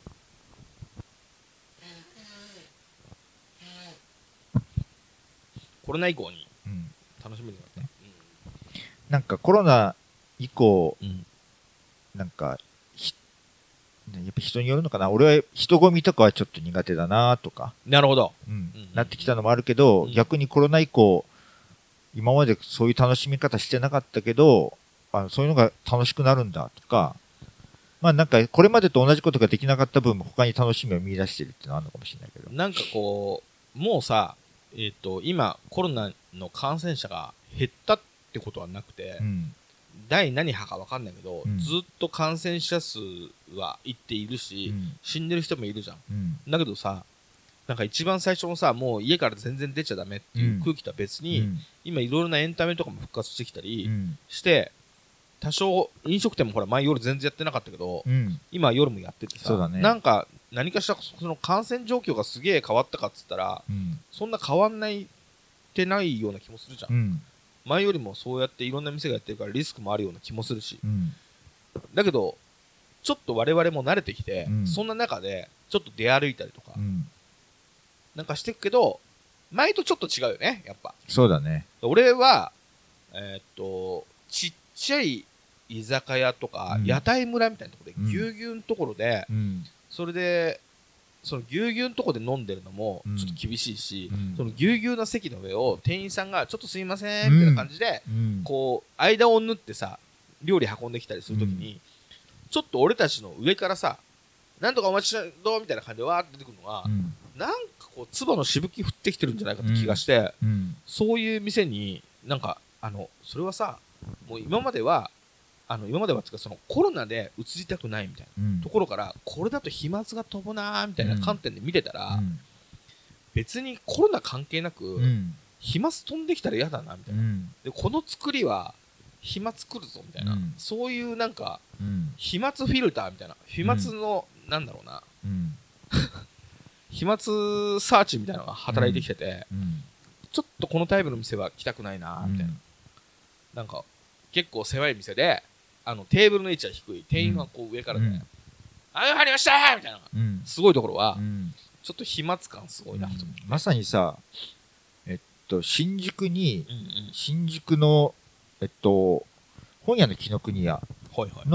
Speaker 1: コロナ以降に楽しめるようになった、
Speaker 2: うん、なんかコロナ以降、うん、なんかやっぱ人によるのかな。俺は人混みとかはちょっと苦手だなとか、
Speaker 1: なるほど、
Speaker 2: うんうん、なってきたのもあるけど、うん、逆にコロナ以降今までそういう楽しみ方してなかったけどあのそういうのが楽しくなるんだとか、まあなんかこれまでと同じことができなかった分他に楽しみを見出してるっていうのはあるのかもしれないけど、
Speaker 1: なんかこうもうさ、えーと、今コロナの感染者が減ったってことはなくて、うん、第何波か分かんないけど、うん、ずっと感染者数はいっているし、うん、死んでる人もいるじゃん、うん、だけどさなんか一番最初のさもう家から全然出ちゃダメっていう空気とは別に、うん、今いろいろなエンタメとかも復活してきたりして、多少飲食店もほら前夜全然やってなかったけど、うん、今夜もやっててさ、そうだね、なんか何かしらその感染状況がすげえ変わったかっつったら、うん、そんな変わんないってないような気もするじゃん、うん、前よりもそうやっていろんな店がやってるからリスクもあるような気もするし、うん、だけどちょっと我々も慣れてきて、うん、そんな中でちょっと出歩いたりとか、うん、なんかしてくけど前とちょっと違うよねやっぱ。
Speaker 2: そうだね。
Speaker 1: 俺はえー、っとちっちゃい居酒屋とか、うん、屋台村みたいなところで、うん、ぎゅうぎゅうのところで、うん、それでそのぎゅうぎゅうのところで飲んでるのもちょっと厳しいし、うん、そのぎゅうぎゅうな席の上を店員さんがちょっとすいませんみたいな感じで、うん、こう間を縫ってさ料理運んできたりするときに、うん、ちょっと俺たちの上からさなんとかお待ちしないどうみたいな感じでわーって出てくるのが、うん、なんかこう唾のしぶき降ってきてるんじゃないかって気がして、うん、そういう店になんかあのそれはさもう今まではあの今まではつかそのコロナで移りたくないみたいな、うん、ところからこれだと飛沫が飛ぶなーみたいな観点で見てたら、うん、別にコロナ関係なく、うん、飛沫飛んできたら嫌だなみたいな、うん、でこの作りは飛沫来るぞみたいな、うん、そういうなんか、うん、飛沫フィルターみたいな飛沫の、うん、なんだろうな、うん、飛沫サーチみたいなのが働いてきてて、うん、ちょっとこのタイプの店は来たくないなみたいな、うん、なんか結構狭い店であのテーブルの位置は低い店員はこう上からね、うん、あ入りましたーみたいな、うん、すごいところは、うん、ちょっと飛沫感すごいなと思って、
Speaker 2: うん、まさにさえっと新宿に、うんうん、新宿のえっと本屋の紀ノ国屋の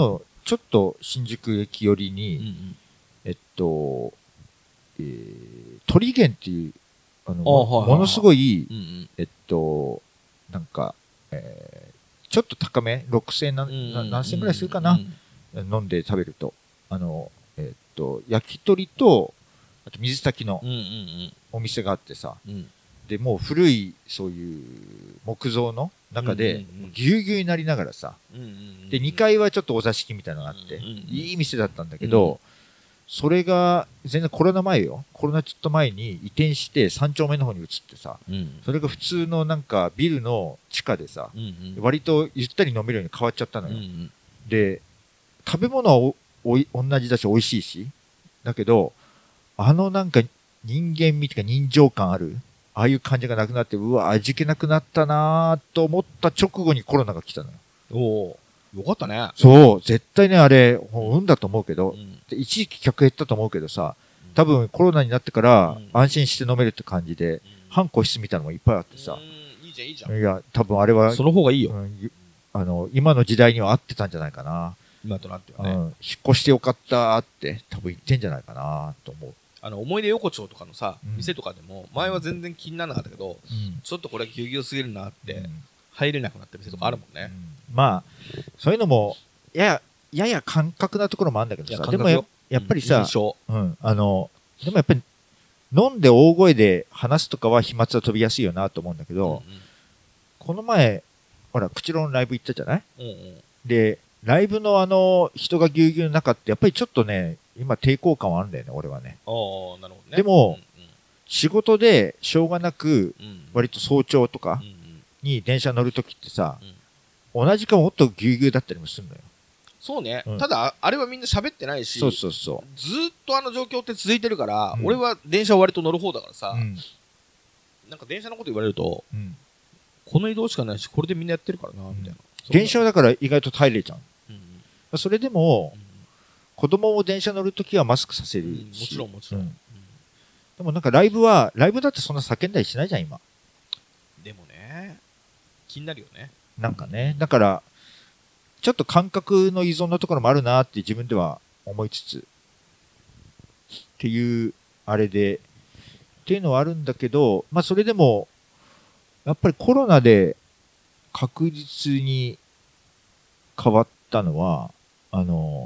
Speaker 2: ちょっと新宿駅寄り
Speaker 1: うんう
Speaker 2: に、
Speaker 1: ん。
Speaker 2: えっと、えー、鳥源っていう、あの、
Speaker 1: あはいはいはい
Speaker 2: ものすごい、
Speaker 1: うんうん。
Speaker 2: えっと、なんか、えー、ちょっと高め、ろくせんなな何千ぐらいするかな、飲んで食べると。あの、えっと、焼き鳥と、あと水炊きの
Speaker 1: うんうんうん
Speaker 2: お店があってさ、
Speaker 1: うん。
Speaker 2: で、もう古い、そういう木造の中で、
Speaker 1: うんうんうん
Speaker 2: ぎゅうぎゅうになりながらさ、
Speaker 1: うんうんうん。
Speaker 2: で、にかいはちょっとお座敷みたいなのがあって、
Speaker 1: うんうんうん
Speaker 2: いい店だったんだけど、
Speaker 1: うん
Speaker 2: それが全然コロナ前よ。コロナちょっと前に移転して三丁目の方に移ってさ、
Speaker 1: うん
Speaker 2: それが普通のなんかビルの地下でさ、
Speaker 1: うんうん。
Speaker 2: 割とゆったり飲めるように変わっちゃったのよ。
Speaker 1: うんうん
Speaker 2: で、食べ物はおおい同じだし美味しいし、だけど、あのなんか人間味というか人情感ある、ああいう感じがなくなって、うわ、味気なくなったなぁと思った直後にコロナが来たのよ。
Speaker 1: おおー、よかったね。
Speaker 2: そう、絶対ね、あれ、運だと思うけど、
Speaker 1: うん
Speaker 2: で一時期客減ったと思うけどさ、多分コロナになってから
Speaker 1: うん
Speaker 2: 安心して飲めるって感じで、半個室みたいなのもいっぱいあってさ、
Speaker 1: うん、いいじゃんいいじゃん。
Speaker 2: いや、多分あれは、
Speaker 1: その方がいいよ。
Speaker 2: うんゆあの、今の時代には合ってたんじゃないかな。
Speaker 1: 今となって
Speaker 2: うん、
Speaker 1: はね。
Speaker 2: 引っ越してよかったって多分言ってんじゃないかなと思う。
Speaker 1: あの、思い出横丁とかのさ、
Speaker 2: うん
Speaker 1: 店とかでも、前は全然気にならなかったけど、
Speaker 2: うん
Speaker 1: ちょっとこれぎゅうぎゅうすぎるなって
Speaker 2: うん、
Speaker 1: 入れなくなった店とかあるもんね。
Speaker 2: うんまあ、そういうのも、やや、やや感覚なところもあるんだけ
Speaker 1: いや、
Speaker 2: どさ、でもや
Speaker 1: 感覚よ。
Speaker 2: やっぱりさ、
Speaker 1: 印象。
Speaker 2: うん、あの、でもやっぱり、飲んで大声で話すとかは飛沫は飛びやすいよなと思うんだけど、この前、ほら、口論ライブ行ったじゃない？
Speaker 1: うんうん。うんうん。
Speaker 2: で、ライブのあの、人がぎゅうぎゅうの中って、やっぱりちょっとね、今抵抗感はあるんだよね、俺はね。
Speaker 1: ああ、なるほどね。
Speaker 2: でも仕事でしょうがなく、
Speaker 1: うんうん、うん
Speaker 2: 割と早朝とか
Speaker 1: うんうん
Speaker 2: に電車乗るときってさ、
Speaker 1: うん
Speaker 2: 同じかもっとぎゅうぎゅうだったりもするのよ。
Speaker 1: そうね、
Speaker 2: うん
Speaker 1: ただ、あれはみんな喋ってないし、
Speaker 2: そうそうそ
Speaker 1: ずーっとあの状況って続いてるから、
Speaker 2: うん
Speaker 1: 俺は電車を割と乗る方だからさ、
Speaker 2: う。うん。
Speaker 1: なんか電車のこと言われると、
Speaker 2: うん。
Speaker 1: この移動しかないし、これでみんなやってるからな、みたいな。
Speaker 2: 電車はだから意外と耐えれちゃう。
Speaker 1: うんうん
Speaker 2: それでも
Speaker 1: う、ん
Speaker 2: 子供を電車乗るときはマスクさせる
Speaker 1: うん
Speaker 2: し。
Speaker 1: もちろんもちろん。
Speaker 2: う
Speaker 1: うん
Speaker 2: でもなんかライブは、ライブだってそんな叫んだりしないじゃん、今。
Speaker 1: でもね、気になるよね。
Speaker 2: なんかね。だから、ちょっと感覚の依存のところもあるなって自分では思いつつ、っていう、あれで、っていうのはあるんだけど、まあそれでも、やっぱりコロナで確実に変わったのは、あの、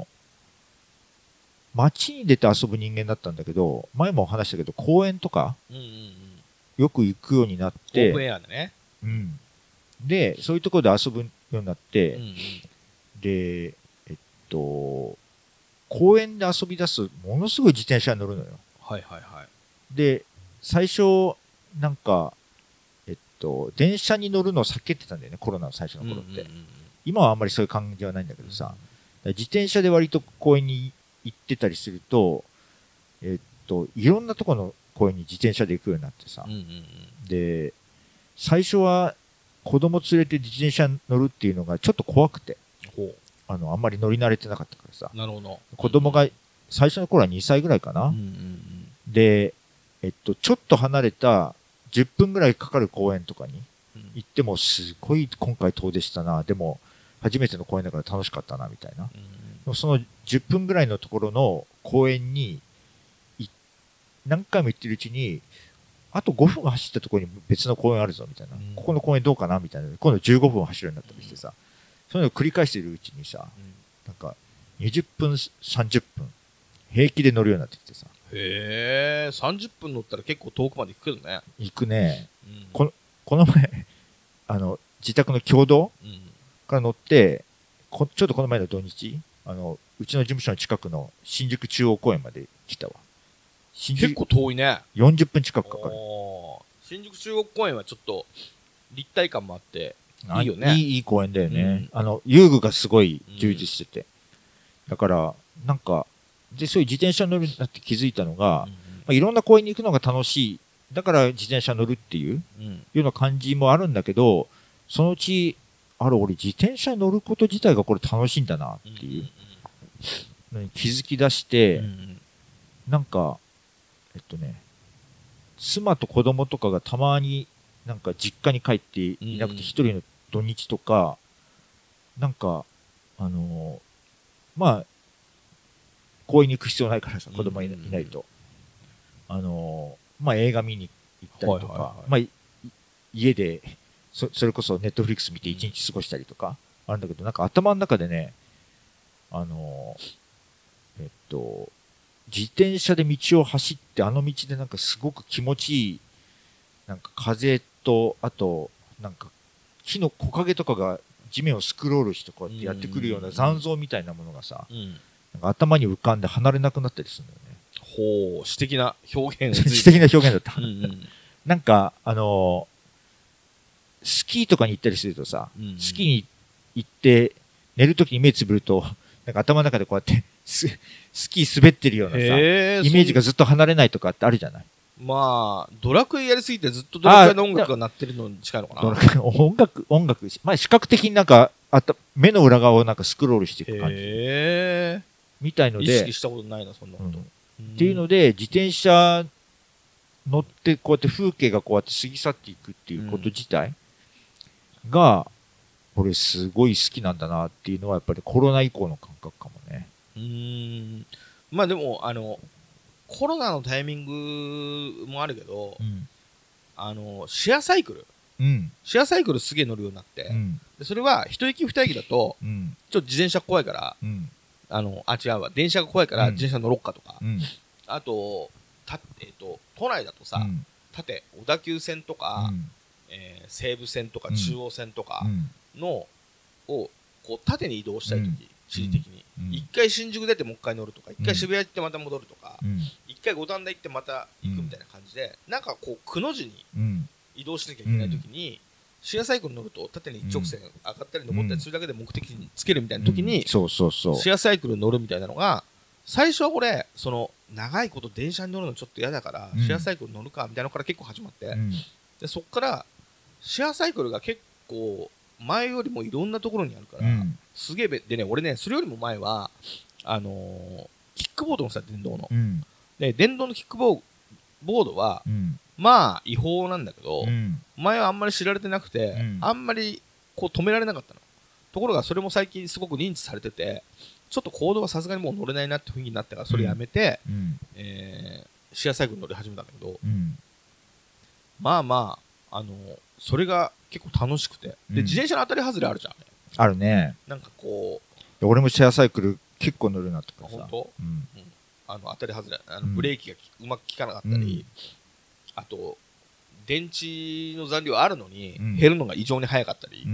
Speaker 2: 街に出て遊ぶ人間だったんだけど、前も話したけど、公園とか
Speaker 1: うんうんうん。
Speaker 2: よく行くようになっ
Speaker 1: オープン
Speaker 2: て、
Speaker 1: エアでね。
Speaker 2: うん。で、そういうところで遊ぶようになって、
Speaker 1: うんうん
Speaker 2: で、えっと、公園で遊び出す、ものすごい自転車に乗るのよ。
Speaker 1: はいはいはい。
Speaker 2: で、最初、なんか、えっと、電車に乗るのを避けてたんだよね、コロナの最初の頃って。
Speaker 1: うんうんうん
Speaker 2: 今はあんまりそういう感じはないんだけどさ、自転車で割と公園に行ってたりすると、えっと、いろんなところの公園に自転車で行くようになってさ、
Speaker 1: うんうんうん
Speaker 2: で、最初は子供連れて自転車に乗るっていうのがちょっと怖くて、
Speaker 1: ほ
Speaker 2: あの、あんまり乗り慣れてなかったからさ
Speaker 1: う。、なるほど。
Speaker 2: 子供が最初の頃はにさいぐらいかな、
Speaker 1: うんうんうん
Speaker 2: で、えっと、ちょっと離れたじゅっぷんぐらいかかる公園とかに
Speaker 1: うん
Speaker 2: 行ってもすごい今回遠出したな、でも初めての公園だから楽しかったなみたいな。
Speaker 1: うん
Speaker 2: でもそのじゅっぷんぐらいのところの公園にい何回も行ってるうちに、あとごふん走ったところに別の公園あるぞみたいな、
Speaker 1: うん
Speaker 2: ここの公園どうかなみたいな、今度じゅうごふん走るようになったりしてさ、そういうのを繰り返しているうちにさ、
Speaker 1: うん
Speaker 2: なんかにじゅっぷん、さんじゅっぷん平気で乗るようになってきてさ、
Speaker 1: へえ、さんじゅっぷん乗ったら結構遠くまで行くけどね。
Speaker 2: 行くね。
Speaker 1: うん
Speaker 2: ここの前、あの、自宅の共同
Speaker 1: うん
Speaker 2: から乗って、こちょっとこの前の土日、あの、うちの事務所の近くの新宿中央公園まで来たわ。新宿
Speaker 1: 結構遠いね。
Speaker 2: よんじゅっぷん近くかかる。
Speaker 1: おー新宿中国公園はちょっと立体感もあって
Speaker 2: あ
Speaker 1: いいよね。
Speaker 2: いい、いい公園だよね。
Speaker 1: うん
Speaker 2: あの、遊具がすごい充実してて。だから、なんか、で、そういう自転車乗るんだって気づいたのが、
Speaker 1: うん
Speaker 2: まあ、いろんな公園に行くのが楽しい。だから自転車乗るっていう
Speaker 1: うんうん
Speaker 2: ような感じもあるんだけど、そのうち、あれ、俺自転車乗ること自体がこれ楽しいんだなっていうのに気づき出して、
Speaker 1: うんうん
Speaker 2: なんか、えっとね、妻と子供とかがたまになんか実家に帰っていなくて
Speaker 1: うん
Speaker 2: 一人の土日とか、なんか、あのーまあ公園に行く必要ないからさ、子供い
Speaker 1: うんうんうん
Speaker 2: いないと、あのーまあ映画見に行ったりとか、
Speaker 1: はいはいはい
Speaker 2: まあい家でそそれこそネットフリックス見て一日過ごしたりとかあるんだけど、なんか頭の中でね、あのーえっと自転車で道を走って、あの道でなんかすごく気持ちいい、なんか風と、あとなんか木の木陰とかが地面をスクロールしてこうやってやってくるような残像みたいなものがさ、
Speaker 1: うん、
Speaker 2: なんか頭に浮かんで離れなくなったりするんだよね。
Speaker 1: ほう、詩的な表現を
Speaker 2: 詩的な表現だった。
Speaker 1: うんうん
Speaker 2: なんかあのースキーとかに行ったりするとさ、
Speaker 1: うんうん、
Speaker 2: スキーに行って寝るときに目つぶると、なんか頭の中でこうやってススキー滑ってるようなさ、イメージがずっと離れないとかってあるじゃない。
Speaker 1: まあドラクエやりすぎてずっとドラクエの音楽が鳴ってるのに近いのかな。
Speaker 2: 音楽音楽、まあ、視覚的になんかあった目の裏側をなんかスクロールしていく感じ
Speaker 1: へ
Speaker 2: みたいので、
Speaker 1: 意識したことないなそんなこと、うん、
Speaker 2: っていうので自転車乗ってこうやって風景がこうやって過ぎ去っていくっていうこと自体が、これすごい好きなんだなっていうのはやっぱりコロナ以降の感覚かもね。
Speaker 1: うーん、まあでもあのコロナのタイミングもあるけど、うん、あのシェアサイクル、うん、シェアサイクルすげえ乗るようになって、うん、でそれは一駅二駅だと、うん、ちょっと自転車怖いから、うん、あのあ違うわ電車が怖いから自転車乗ろっかとか、うん、あとた、えー、と都内だとさ、うん、縦小田急線とか、うんえー、西武線とか中央線とかの、をこう縦に移動したいとき、うん、地理的に一、うん、回新宿出てもう一回乗るとか、一回渋谷行ってまた戻るとか、一、うん、回五反田行ってまた行くみたいな感じで、うん、なんかこうくの字に移動しなきゃいけないときに、うん、シェアサイクル乗ると縦に一直線上がったり登ったりするだけで目的地につけるみたいなときに、シェアサイクル乗るみたいなのが、最初はこれその長いこと電車に乗るのちょっと嫌だから、うん、シェアサイクル乗るかみたいなのから結構始まって、うん、でそっからシェアサイクルが結構前よりもいろんなところにあるから、うん、すげえべでね俺ねそれよりも前はあのー、キックボードのさ電動の、うん、で電動のキックボードは、うん、まあ違法なんだけど、うん、前はあんまり知られてなくて、うん、あんまりこう止められなかったの。ところがそれも最近すごく認知されてて、ちょっと行動はさすがにもう乗れないなって雰囲気になってからそれやめて、うんえー、シェアサイクル乗り始めたんだけど、うん、まあまあ、あのー、それが結構楽しくて、で、うん、自転車の当たり外れあるじゃん、ね、
Speaker 2: あるね。
Speaker 1: なんかこ
Speaker 2: う俺もシェアサイクル結構乗るなとかさ、
Speaker 1: 本当、うんうん、あの当たり外れあのブレーキがうまく効かなかったり、うん、あと電池の残量あるのに減るのが異常に早かったり、うん、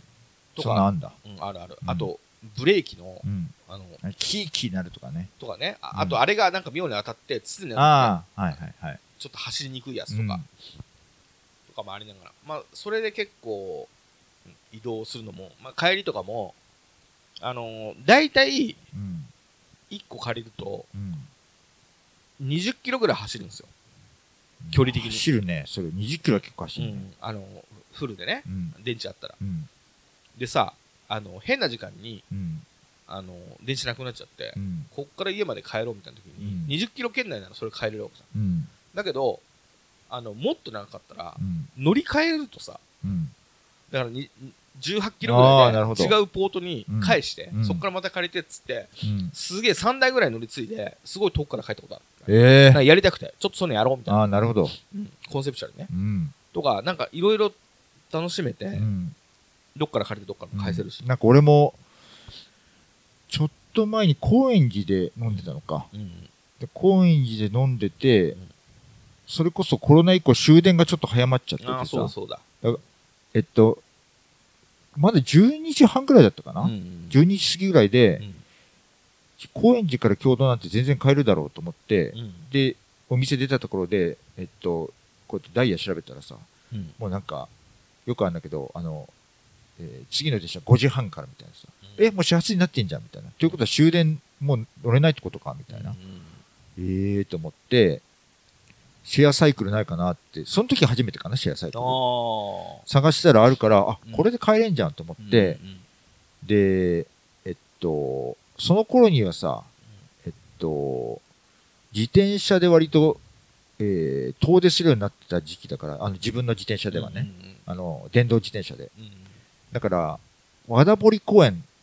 Speaker 1: とか
Speaker 2: なんだ、
Speaker 1: うん、あるある、うん、あとブレーキの、うん、あの
Speaker 2: キーキーになるとかね
Speaker 1: とかね あ,、うん、あとあれがなんか妙に当たって筒になって、
Speaker 2: あ、はいはいはい、
Speaker 1: ちょっと走りにくいやつとか、うん、とかもありながら、まあそれで結構移動するのも、まあ、帰りとかもあのー、だいたいいっこ借りるとにじゅっキロぐらい走るんですよ、うん、距離的に
Speaker 2: 走るね。それにじゅっキロは結構走るね、うん、
Speaker 1: あのー、フルでね、うん、電池あったら、
Speaker 2: うん、
Speaker 1: でさあの変な時間に、うん、あの電池なくなっちゃって、うん、こっから家まで帰ろうみたいな時に、うん、にじゅっキロ圏内ならそれ帰れるわけじゃん、うん、だけどあのもっと長かったら、うん、乗り換えるとさ、うん、だからにじゅうはちキロぐらいで違うポートに返して、うん、そこからまた借りてっつって、うん、すげえさんだいぐらい乗り継いですごい遠くから帰ったことある、
Speaker 2: えー、
Speaker 1: なんかやりたくてちょっとそういうのやろうみたいな、
Speaker 2: あ、なるほど、
Speaker 1: うん、コンセプチュアルね、うん、とかなんかいろいろ楽しめて、うん、どっから借りてどっから返せるし、
Speaker 2: うん、なんか俺もちょっと前に高円寺で飲んでたのか、うん、で高円寺で飲んでて、うん、それこそコロナ以降終電がちょっと早まっちゃっててさ、
Speaker 1: あ、そうそうだ、
Speaker 2: だえっとまだじゅうにじはんぐらいだったかな、うんうん、じゅうにじ過ぎぐらいで、うん、高円寺から京都なんて全然買えるだろうと思って、うん、でお店出たところで、えっと、こうやってダイヤ調べたらさ、うん、もうなんかよくあるんだけど、あの、えー、次の電車ごじはんからみたいなさ、うん、えもう始発になってんじゃんみたいな、ということは終電もう乗れないってことかみたいな、うんうん、えーと思ってシェアサイクルないかなって、その時初めてかな、シェアサイクル探したらあるから、あ、これで帰れんじゃんと思って、うんうん、でえっとその頃にはさ、えっと自転車で割と、えー、遠出するようになってた時期だから、あの自分の自転車ではね、うんうんうん、あの電動自転車で、うんうん、だから和田堀公園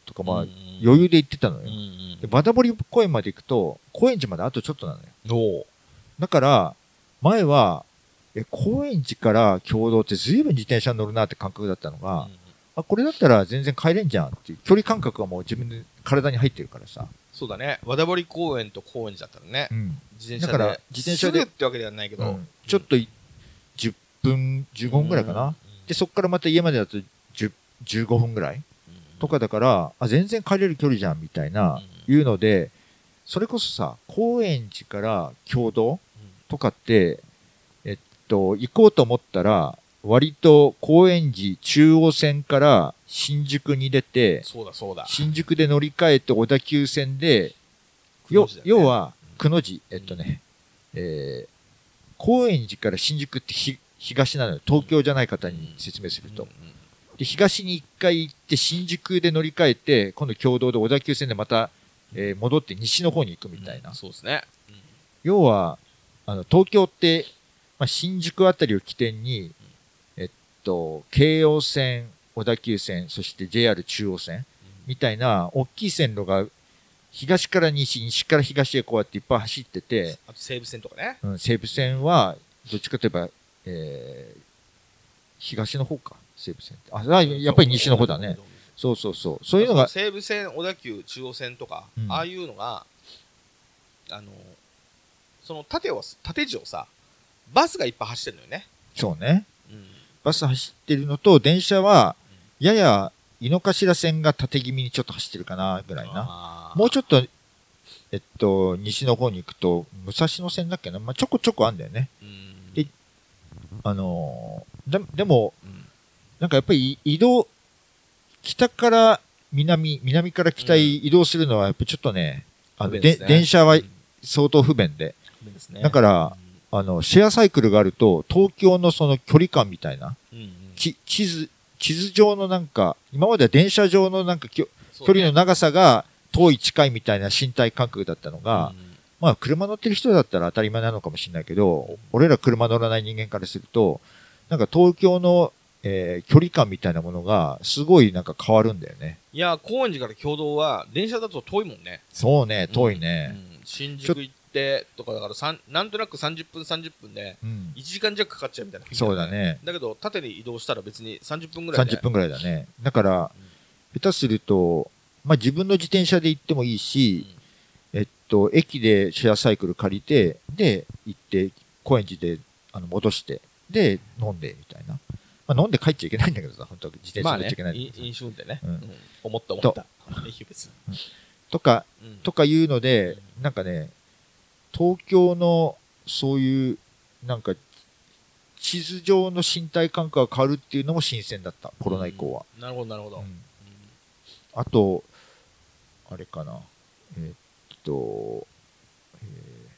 Speaker 2: とか、まあ、
Speaker 1: うん
Speaker 2: 余裕で行ってたのよ。
Speaker 1: うんうん
Speaker 2: で、バダボリ公園まで行くと、高円寺まであとちょっとなのよ。
Speaker 1: おう
Speaker 2: だから、前は、え、高円寺から共同って随分自転車に乗るなって感覚だったのが、
Speaker 1: うん
Speaker 2: あ、これだったら全然帰れんじゃんっていう距離感覚がもう自分で体に入ってるからさ。
Speaker 1: そうだね。和田堀公園と高円寺だったらね、
Speaker 2: うん。
Speaker 1: 自転車で
Speaker 2: だから自転車です
Speaker 1: ぐってわけではないけど、
Speaker 2: うんちょっといじゅっぷん、じゅうごふんぐらいかな。で、そっからまた家までだとじゅう、じゅうごふんぐらいとかだから、あ、全然帰れる距離じゃんみたいな、いうので、それこそさ、高円寺から共同とかって、えっと、行こうと思ったら、割と高円寺中央線から新宿に出て、
Speaker 1: そうだそうだ。
Speaker 2: 新宿で乗り換えて小田急線で、よ、要は、くの字、えっとね、えー、高円寺から新宿ってひ東なのよ。東京じゃない方に説明すると。で、東に一回行って新宿で乗り換えて、今度共同で小田急線でまた、えー戻って西の方に行くみたいな。
Speaker 1: うんそうですね。
Speaker 2: 要は、あの、東京って、まあ、新宿あたりを起点に、えっと、京王線、小田急線、そして ジェイアール 中央線みたいな大きい線路が東から西、西から東へこうやっていっぱい走ってて、
Speaker 1: あと西武線とかね。
Speaker 2: うん、西武線はどっちかといえば、えー、東の方か、西武線って。あ、やっぱり西の方だね。そうそうそう。そういうのが、
Speaker 1: 西武線、小田急、中央線とか、
Speaker 2: うん
Speaker 1: ああいうのが、あの、その縦を、縦地をさ、バスがいっぱい走ってるのよね。
Speaker 2: そうね。
Speaker 1: うん
Speaker 2: バス走ってるのと、電車は、やや井の頭線が縦気味にちょっと走ってるかな、ぐらいな。
Speaker 1: あー
Speaker 2: もうちょっと、えっと、西の方に行くと、武蔵野線だっけな、まあ、ちょこちょこあんだよね。
Speaker 1: うん
Speaker 2: であのーででも、
Speaker 1: うん
Speaker 2: なんかやっぱり移動、北から南、南から北へ移動するのは、やっぱちょっとね、あので
Speaker 1: 不便ですね
Speaker 2: 電車は
Speaker 1: うん
Speaker 2: 相当不便で、
Speaker 1: 不便ですね
Speaker 2: だからあの、シェアサイクルがあると、東京のその距離感みたいな、
Speaker 1: うんうん
Speaker 2: ち地図、地図上のなんか、今までは電車上のなんかきょ
Speaker 1: そうね
Speaker 2: 距離の長さが遠い近いみたいな身体感覚だったのが、
Speaker 1: うん
Speaker 2: まあ車乗ってる人だったら当たり前なのかもしれないけど、俺ら車乗らない人間からすると、なんか東京の、えー距離感みたいなものがすごいなんか変わるんだよね。
Speaker 1: いや、高円寺から共同は電車だと遠いもんね。
Speaker 2: そうね、遠いね。
Speaker 1: うん新宿行ってとかだからさんなんとなくさんじゅっぷんさんじゅっぷんで
Speaker 2: うん。
Speaker 1: いちじかん弱かかっちゃうみたいな、
Speaker 2: そうだね。
Speaker 1: だけど縦に移動したら別にさんじゅっぷんぐらいで
Speaker 2: さんじゅっぷんぐらいだね。だから、下手すると、まあ自分の自転車で行ってもいいし、えっと、駅でシェアサイクル借りて、で、行って、高円寺であの戻して、で、飲んで、みたいな。まあ飲んで帰っちゃいけないんだけどさ、本当は自転
Speaker 1: まあね
Speaker 2: 車乗っちゃいけないんだ
Speaker 1: い
Speaker 2: けどさ
Speaker 1: 飲酒運転ね、
Speaker 2: うん
Speaker 1: うん思った思ったいいよ別に
Speaker 2: とか、
Speaker 1: うん
Speaker 2: とかいうので、なんかね、東京のそういう、なんか、地図上の身体感覚が変わるっていうのも新鮮だった、コロナ以降は。
Speaker 1: うんなるほどなるほど、
Speaker 2: うん
Speaker 1: うん
Speaker 2: あと、あれかな、えーっと、えー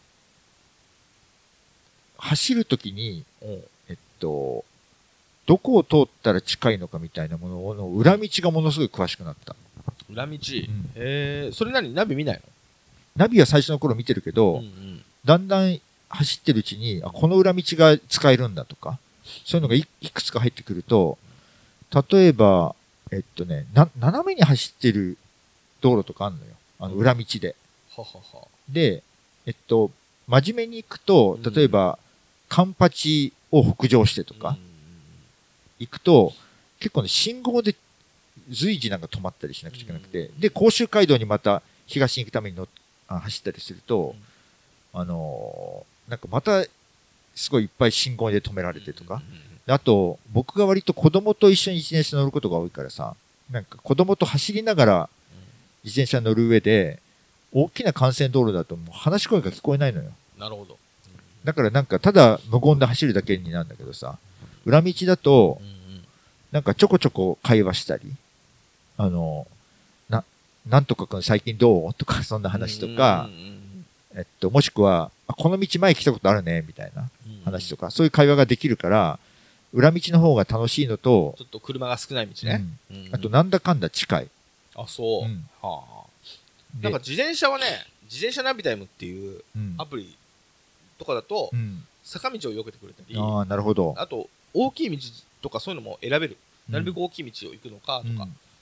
Speaker 2: 走るときに、
Speaker 1: おう
Speaker 2: えっと、どこを通ったら近いのかみたいなものの裏道がものすごい詳しくなった。
Speaker 1: 裏道、
Speaker 2: ん
Speaker 1: へえそれ何ナビ見ないの
Speaker 2: ナビは最初の頃見てるけど、
Speaker 1: うんうん
Speaker 2: だんだん走ってるうちに、あ、この裏道が使えるんだとか、そういうのがいいくつか入ってくると、例えば、えっとね、な、斜めに走ってる道路とかあるのよ。あの、裏道で。
Speaker 1: ははは
Speaker 2: で、えっと、真面目に行くと、例えば、カンパチを北上してとか、行くと、結構ね、信号で随時なんか止まったりしなくちゃいけなくて、で、甲州街道にまた東に行くためにのあ走ったりすると、あのーなんかまた、すごいいっぱい信号で止められてとか、であと、僕が割と子供と一緒に自転車乗ることが多いからさ、なんか子供と走りながら自転車乗る上で、大きな幹線道路だともう話し声が聞こえないのよ。
Speaker 1: なるほど、
Speaker 2: だからなんかただ無言で走るだけになるんだけどさ、裏道だと
Speaker 1: う、んうん
Speaker 2: なんかちょこちょこ会話したり、あの、な、なんとかくん最近どうとかそんな話とか
Speaker 1: うん、うんうん
Speaker 2: えっと、もしくは、あこの道前来たことあるね、みたいな
Speaker 1: うん
Speaker 2: 話とか、そういう会話ができるから、裏道の方が楽しいのと
Speaker 1: ち、ょっと車が少ない道ね、
Speaker 2: うん
Speaker 1: うん
Speaker 2: あとなんだかんだ近い。
Speaker 1: あそう、
Speaker 2: うん
Speaker 1: はあ
Speaker 2: で
Speaker 1: なんか自転車はね自転車ナビタイムっていう
Speaker 2: うん
Speaker 1: アプリとかだと
Speaker 2: うん
Speaker 1: 坂道を避けてくれたり、
Speaker 2: ああ、なるほど。
Speaker 1: あと大きい道とかそういうのも選べる、なるべく大きい道を行くのかとか、
Speaker 2: うん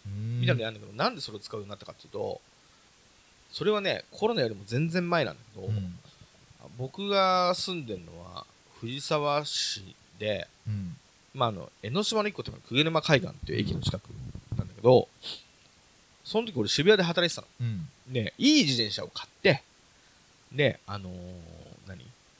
Speaker 1: みたいなのやるんだけど、なんでそれを使うようになったかっていうと、それはねコロナよりも全然前なんだけど、うん、僕が住んでるのは藤沢市で、うん、まあ、あの江ノ島の一個手前鵠沼海岸っていう駅の近くなんだけど、その時俺渋谷で働いてたの、うん、でいい自転車を買ってであのー、何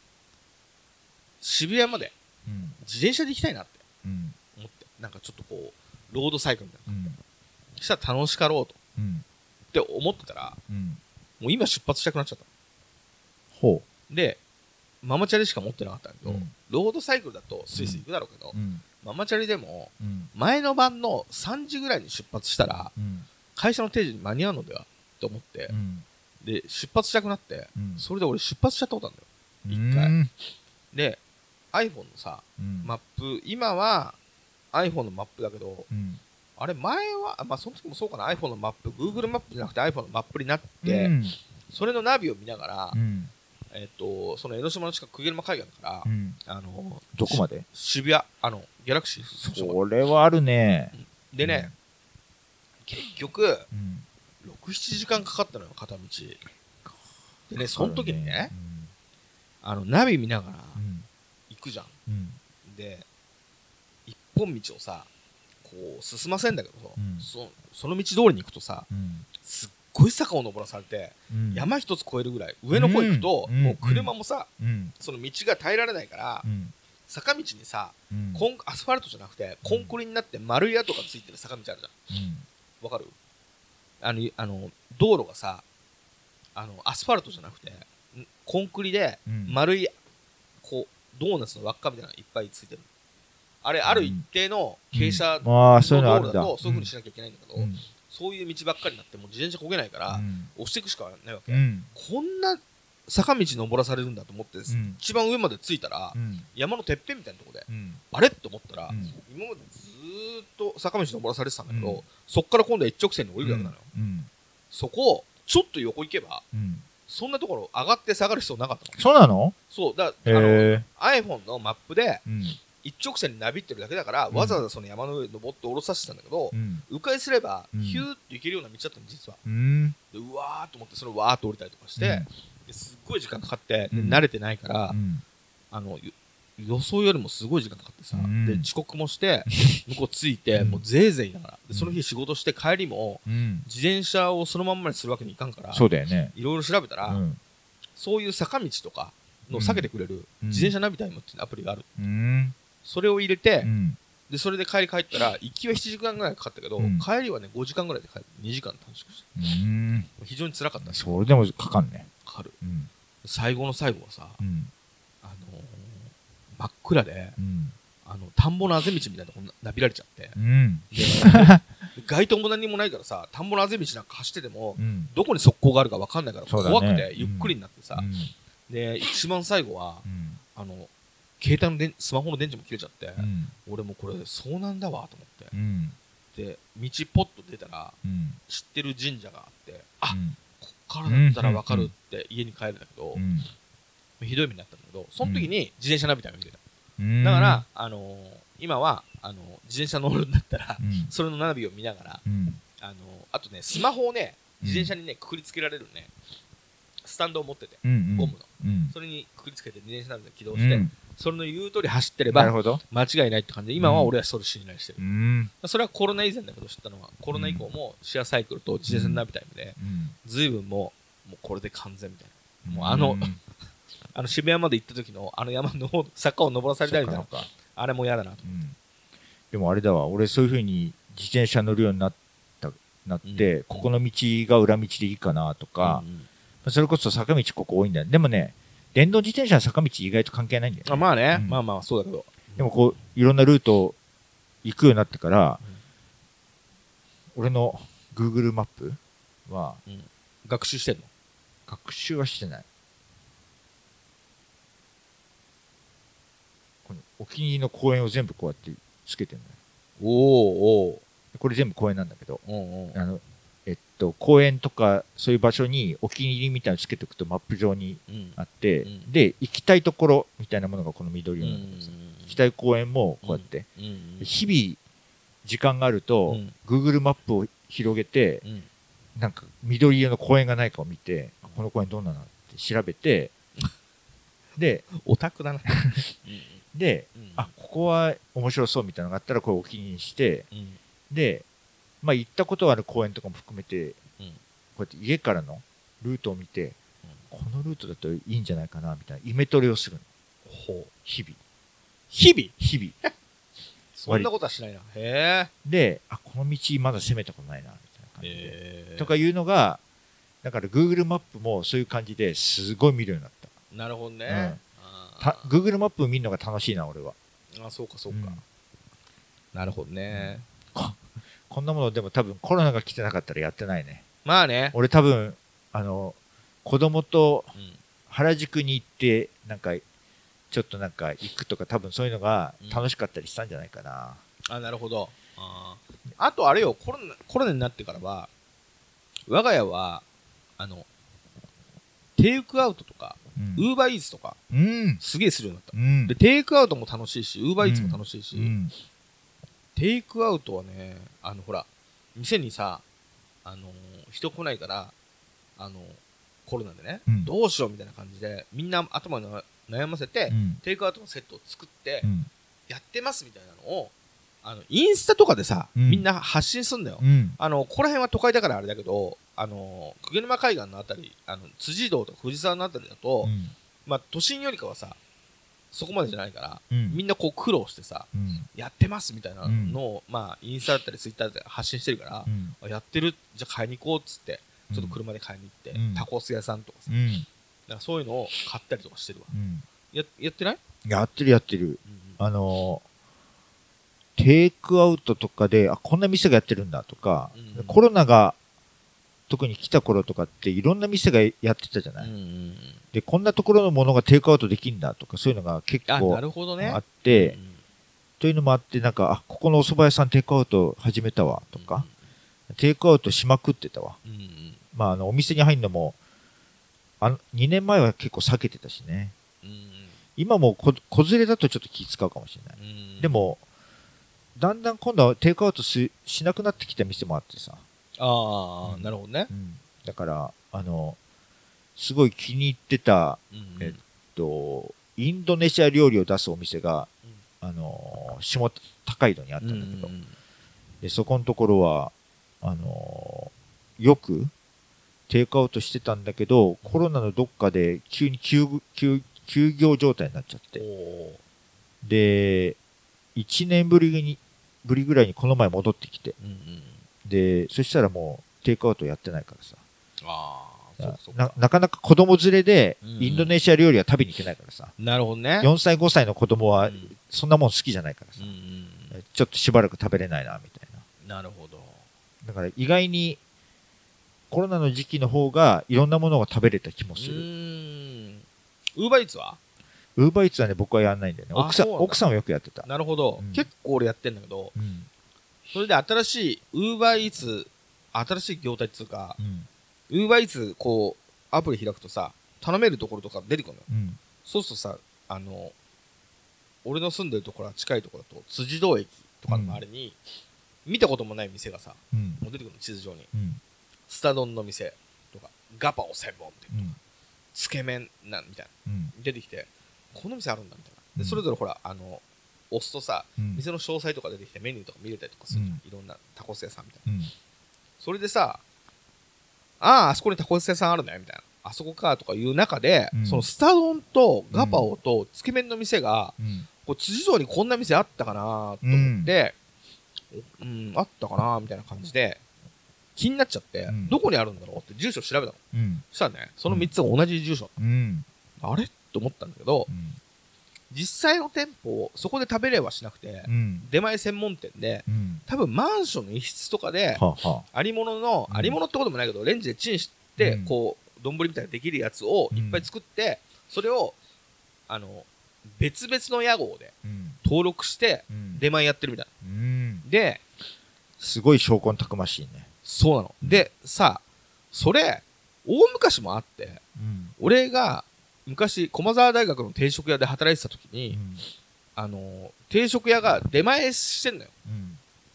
Speaker 1: 渋谷まで自転車で行きたいなって思って、なんかちょっとこうロードサイクルみたいな、うん、したら楽しかろうと、うん、って思ってたら、うん、もう今出発したくなっちゃった。ほうでママチャリしか持ってなかったんだけど、うん、ロードサイクルだとスイスイ行くだろうけど、うん、ママチャリでも前の晩のさんじぐらいに出発したら、うん、会社の定時に間に合うのではと思って、うん、で出発したくなって、うん、それで俺出発しちゃったことあるんだよ一回。で iPhone のさ、うん、マップ今は iPhone のマップだけど、うん、あれ前はまあその時もそうかな iPhone のマップ Google マップじゃなくて iPhone のマップになって、うん、それのナビを見ながら、うんえー、とその江ノ島の近く鵠沼海岸だから、うん、あの
Speaker 2: どこまで
Speaker 1: 渋谷あのギャラクシー
Speaker 2: それはあるね。
Speaker 1: でね、うん、結局、うん、ろく、ななじかんかかったのよ片道でね。その時にね、うん、あのナビ見ながら行くじゃん、うん、で一本道をさこう進ませんだけど、うん、そ, その道通りに行くとさ、うん、すっごい坂を登らされて、うん、山一つ越えるぐらい上の方行くと、うん、もう車もさ、うん、その道が耐えられないから、うん、坂道にさ、うん、コンアスファルトじゃなくてコンクリになって丸い跡がついてる坂道あるじゃん。わ、うん、かる？あのあの道路がさあのアスファルトじゃなくてコンクリで丸い、こうドーナツの輪っかみたいなのがいっぱいついてる。あれある一定の傾斜の道路だとそういう風にしなきゃいけないんだけど、うん、そういう道ばっかりになってもう自転車こげないから、うん、押していくしかないわけ、うん、こんな坂道登らされるんだと思って、うん、一番上まで着いたら、うん、山のてっぺんみたいなところで、うん、あれって思ったら、うん、今までずーっと坂道登らされてたんだけど、うん、そっから今度は一直線に降りるわけなのよ、うん、そこをちょっと横行けば、うん、そんなところ上がって下がる必要なかったの。
Speaker 2: そうなの？
Speaker 1: そうだ、あの iPhone のマップで、うん一直線になびってるだけだから、うん、わざわざその山の上に登って下ろさせてたんだけど、うん、迂回すれば、うん、ヒューって行けるような道だったの実は、うん、でうわーっと思ってそのわーっと降りたりとかして、うん、ですっごい時間かかって、うん、慣れてないから、うん、あの予想よりもすごい時間かかってさ、うん、で遅刻もして向こう着いて、うん、もうぜいぜいだからでその日仕事して帰りも、うん、自転車をそのまんまにするわけにいかんから、
Speaker 2: そうだよね、
Speaker 1: いろいろ調べたら、うん、そういう坂道とかの避けてくれる、うん、自転車ナビタイムっていうアプリがある、うんそれを入れて、うん、でそれで帰り帰ったら行きはななじかんぐらいかかったけど、うん、帰りはねごじかんぐらいで帰るにじかん短縮してうん非常に辛かったんですよ。
Speaker 2: それでもかかんね
Speaker 1: かかる、うん、最後の最後はさ、うん、あのー、真っ暗で、うん、あの田んぼのあぜ道みたいなとこなびられちゃって、うん、で街灯も何もないからさ田んぼのあぜ道なんか走ってても、うん、どこに側溝があるか分かんないから怖くて、ゆっくりになってさ、うん、で一番最後は、うん、あの携帯のでスマホの電池も切れちゃって、うん、俺もこれ遭難だわと思って、うん、で道ポッと出たら、うん、知ってる神社があって、うん、あこっからだったら分かるって家に帰るんだけど、うん、ひどい目になったんだけどその時に自転車ナビタイム見てた、うん、だから、あのー、今はあのー、自転車乗るんだったら、うん、それのナビを見ながら、うん、あのー、あとねスマホをね自転車にねくくりつけられるねスタンドを持ってて、うん、ゴムの、うん、それにくくりつけて自転車ナビで起動して、うんそれの言う通り走ってれば間違いないって感じで今は俺はそれ信頼してる、うん、それはコロナ以前だけど知ったのはコロナ以降もシェアサイクルと自転車ナビタイムで随分もう、もうこれで完全みたいな、もうあの、うん、あの渋谷まで行った時のあの山の坂を登らされたりみたいなあれも嫌だなと思って、うん、で
Speaker 2: もあれだわ俺そういう風に自転車乗るようになったなって、うん、ここの道が裏道でいいかなとか、うんうん、それこそ坂道ここ多いんだよ。でもね電動自転車は坂道意外と関係ないんだよね。
Speaker 1: あまあね、うん、まあまあそうだけど
Speaker 2: でもこういろんなルート行くようになってから、うん、俺の Google マップは、うん、
Speaker 1: 学習してんの？
Speaker 2: 学習はしてない。このお気に入りの公園を全部こうやってつけてるのよ。おーおーこれ全部公園なんだけど、おうおうあのえっと、公園とかそういう場所にお気に入りみたいなのつけておくとマップ上にあって、うん、で行きたいところみたいなものがこの緑色なんです、うん、行きたい公園もこうやって、うん、日々 時間があると、
Speaker 1: うん
Speaker 2: Google マップを広げて、
Speaker 1: うん
Speaker 2: なんか緑色の公園がないかを見て、この公園どんなのって調べて、で、
Speaker 1: オタクだな
Speaker 2: で、
Speaker 1: うん
Speaker 2: あ、ここは面白そうみたいなのがあったらこれお気に入りにして、
Speaker 1: うん
Speaker 2: で、まあ行ったことある公園とかも含めて、
Speaker 1: うん
Speaker 2: こうやって家からのルートを見て、このルートだといいんじゃないかなみたいなイメトレをするの。
Speaker 1: ほう
Speaker 2: 日々。
Speaker 1: 日々
Speaker 2: 日々。
Speaker 1: そんなことはしないな。へ
Speaker 2: で、あ、この道まだ攻めたことないな、みたいな感じで。
Speaker 1: え。
Speaker 2: とかいうのが、だから Google マップもそういう感じですごい見るようになった。
Speaker 1: なるほどね。
Speaker 2: うん
Speaker 1: あ
Speaker 2: た Google マップ見るのが楽しいな、俺は。
Speaker 1: あ、そうかそうか。
Speaker 2: うん
Speaker 1: なるほどね。
Speaker 2: こんなものでも多分コロナが来てなかったらやってないね。
Speaker 1: まあね。
Speaker 2: 俺多分、あの、子供と
Speaker 1: うん
Speaker 2: 原宿に行って、なんか、ちょっとなんか行くとか多分そういうのが楽しかったりしたんじゃないかな。
Speaker 1: あ、なるほど。あーあとあれよ、コロナ、コロナになってからは、我が家は、あの、テイクアウトとか、ウーバーイーツとか、
Speaker 2: うん。
Speaker 1: すげえするようになった。
Speaker 2: うん。
Speaker 1: で、テイクアウトも楽しいし、ウーバーイーツも楽しいし、
Speaker 2: うん。
Speaker 1: テイクアウトはね、あの、ほら、店にさ、あのー人来ないから、あのコロナでね、
Speaker 2: うん
Speaker 1: どうしようみたいな感じで、みんな頭に悩ませて、
Speaker 2: うん。
Speaker 1: テイクアウトのセットを作って、
Speaker 2: うん。
Speaker 1: やってますみたいなのを、あの、インスタとかでさ、
Speaker 2: うん
Speaker 1: みんな発信すんだよ。
Speaker 2: うん。
Speaker 1: あの、ここら辺は都会だからあれだけど、あの、久沼海岸のあたり、あの、辻堂とか藤沢のあたりだと、
Speaker 2: うん。
Speaker 1: まあ、都心よりかはさ、そこまでじゃないから、
Speaker 2: うん。
Speaker 1: みんなこう苦労してさ、
Speaker 2: うん。
Speaker 1: やってますみたいなのを、まあ、インスタだったりツイッターで発信してるから、
Speaker 2: うん。
Speaker 1: あやってる、じゃあ買いに行こうっつって、ちょっと車で買いに行って、
Speaker 2: うん
Speaker 1: タコス屋さんとかさ、
Speaker 2: うん。
Speaker 1: なんかそういうのを買ったりとかしてるわ。
Speaker 2: うん。
Speaker 1: ややってない？
Speaker 2: やってるやってる。
Speaker 1: うん
Speaker 2: あのー、テイクアウトとかで、あ、こんな店がやってるんだとか、
Speaker 1: うん
Speaker 2: コロナが特に来た頃とかっていろんな店がやってたじゃない、
Speaker 1: うんうんうん
Speaker 2: で、こんなところのものがテイクアウトできるんだとか、そういうのが結
Speaker 1: あ、
Speaker 2: 構
Speaker 1: なるほどね。
Speaker 2: あって、
Speaker 1: うん
Speaker 2: というのもあって、なんか、あ、ここのお蕎麦屋さんテイクアウト始めたわとか、テイクアウトしまくってたわ。
Speaker 1: うんうん
Speaker 2: まあ、あの、お店に入るのも、あの、にねんまえは結構避けてたしね。
Speaker 1: うんうん
Speaker 2: 今もこ子連れだとちょっと気使うかもしれない。
Speaker 1: うん
Speaker 2: でも、だんだん今度はテイクアウトししなくなってきた店もあってさ。
Speaker 1: ああ、
Speaker 2: うん
Speaker 1: なるほどね。
Speaker 2: だから、あの、すごい気に入ってた、
Speaker 1: うんうん
Speaker 2: えっと、インドネシア料理を出すお店が、
Speaker 1: うん
Speaker 2: あの、下高井戸にあったんだけど、
Speaker 1: うんうん
Speaker 2: で、そこのところは、あの、よくテイクアウトしてたんだけど、コロナのどっかで急に休休休業状態になっちゃっ
Speaker 1: お
Speaker 2: て、
Speaker 1: ー
Speaker 2: で、いちねんぶりに、ぶりぐらいにこの前戻ってきて、
Speaker 1: うんうん
Speaker 2: で、そしたらもうテイクアウトやってないからさ、
Speaker 1: ああ、そうかそうか。
Speaker 2: ななかなか子供連れで
Speaker 1: うんうん
Speaker 2: インドネシア料理は食べに行けないからさ、
Speaker 1: なるほどね。
Speaker 2: よんさいごさいの子供は
Speaker 1: うん
Speaker 2: そんなもん好きじゃないからさ
Speaker 1: うん、うん
Speaker 2: ちょっとしばらく食べれないなみたいな。
Speaker 1: なるほど。
Speaker 2: だから意外にコロナの時期の方がいろんなものが食べれた気も
Speaker 1: う
Speaker 2: する。
Speaker 1: ーん。ウーバーイーツは
Speaker 2: ウーバーイーツはね、僕はやんないんだよね。
Speaker 1: あ
Speaker 2: 奥さん、
Speaker 1: そうなんだ
Speaker 2: 奥さんはよくやってた。
Speaker 1: なるほど、
Speaker 2: うん
Speaker 1: 結構俺やってんだけど、
Speaker 2: うん。
Speaker 1: それで新しいウーバーイーツ、新しい業態っつうか
Speaker 2: う、ん。
Speaker 1: ウーバーイーツこう、アプリ開くとさ、頼めるところとか出てくるのよ。
Speaker 2: うん。
Speaker 1: そうするとさ、あの、俺の住んでるところは近いところだと、辻堂駅とかの周りに、見たこともない店がさ、
Speaker 2: うん。
Speaker 1: もう出てくるの、地図上に。
Speaker 2: うん。
Speaker 1: スタ丼の店とか、ガパオ専門店、
Speaker 2: うん。
Speaker 1: つけ麺なんみたいな。
Speaker 2: うん。
Speaker 1: 出てきて、この店あるんだみたいな。で、
Speaker 2: うん
Speaker 1: それぞれほら、あの、押すとさ、
Speaker 2: うん。
Speaker 1: 店の詳細とか出てきてメニューとか見れたりとかするじゃん、いろんなタコス屋さんみたいな。
Speaker 2: うん。
Speaker 1: それでさ、ああ、あそこにタコス屋さんあるねみたいな。あそこかとかいう中で、
Speaker 2: うん
Speaker 1: そのスタ丼とガパオとつけ麺の店が、
Speaker 2: うん。
Speaker 1: こう辻堂にこんな店あったかなと思って、うん、あったかなみたいな感じで、気になっちゃって、
Speaker 2: うん
Speaker 1: どこにあるんだろうって住所調べたの。
Speaker 2: うん。
Speaker 1: そしたらね、そのみっつが同じ住所。
Speaker 2: うん。
Speaker 1: あれと思ったんだけど
Speaker 2: う、ん。
Speaker 1: 実際の店舗をそこで食べれはしなくて、
Speaker 2: うん。
Speaker 1: 出前専門店で、
Speaker 2: うん。
Speaker 1: 多分マンションの一室とかで、
Speaker 2: はあはあ。
Speaker 1: ありものの、
Speaker 2: うん
Speaker 1: ありものってこともないけど、レンジでチンして、
Speaker 2: うん
Speaker 1: こう、丼みたいにできるやつをいっぱい作って、それを、あの、別々の屋号で
Speaker 2: うん。
Speaker 1: 登録して、
Speaker 2: うん。
Speaker 1: 出前やってるみたい
Speaker 2: うん。
Speaker 1: な。で、
Speaker 2: すごい証拠にたくましいね。
Speaker 1: そうなの。で、さ、それ、大昔もあって、
Speaker 2: うん。
Speaker 1: 俺が昔、駒沢大学の定食屋で働いてた時に、
Speaker 2: うん。
Speaker 1: あの、定食屋が出前してんのよ。
Speaker 2: うん。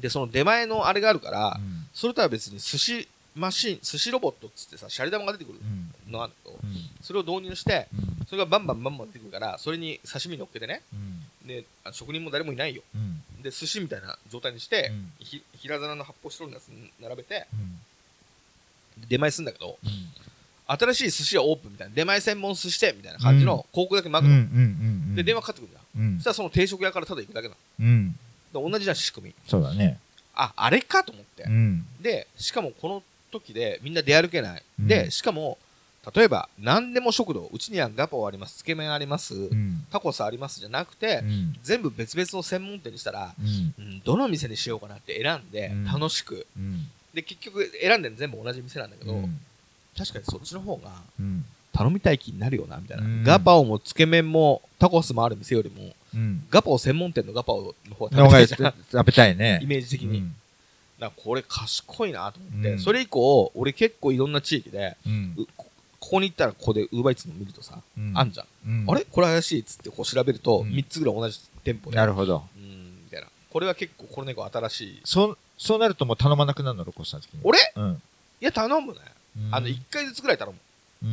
Speaker 1: でその出前のあれがあるから、
Speaker 2: うん、
Speaker 1: それとは別に寿司マシン寿司ロボットっつってさシャリ玉が出てくるのがあるんだけど、うん、それを導入して、うん、それがバンバンバンバン出てくるからそれに刺身乗っけてね、うん、で職人も誰もいないよ、うん、で寿司みたいな状態にして、うん、ひ平皿の発泡スチロールのやつ並べて、うん、出前するんだけど、うん、新しい寿司屋オープンみたいな出前専門寿司店みたいな感じの広告だけ巻くの、うん、で電話かかってくるじゃん、うん、そしたらその定食屋からただ行くだけなの、うん、で同じじゃん仕組み。
Speaker 2: そうだね。
Speaker 1: ああれかと思って、うん、でしかもこの時でみんな出歩けない、うん、でしかも例えば何でも食堂うちにはガパオありますつけ麺あります、うん、タコスありますじゃなくて、うん、全部別々の専門店にしたら、うんうん、どの店にしようかなって選んで、うん、楽しく、うん、で結局選んでるの全部同じ店なんだけど、うん、確かにそっちの方が頼みたい気になるよなみたいな、うん、ガパオもつけ麺もタコスもある店よりも、うん、ガパオ専門店のガパオの方が食べたいじゃん
Speaker 2: 食べたいね
Speaker 1: イメージ的に、うんだからこれ賢いなと思って、うん、それ以降俺結構いろんな地域で、うん、こ, ここに行ったらここでウーバーイーツの見るとさ、うん、あんじゃん、うん、あれこれ怪しいっつってこう調べると、うん、みっつぐらい同じ店舗で
Speaker 2: なるほど、
Speaker 1: うん、みたいなこれは結構これね新しい
Speaker 2: そそうなるともう頼まなくなるのロコさん的に
Speaker 1: 俺、
Speaker 2: うん、
Speaker 1: いや頼むね、うん、あのいっかいずつぐらい頼む、うん、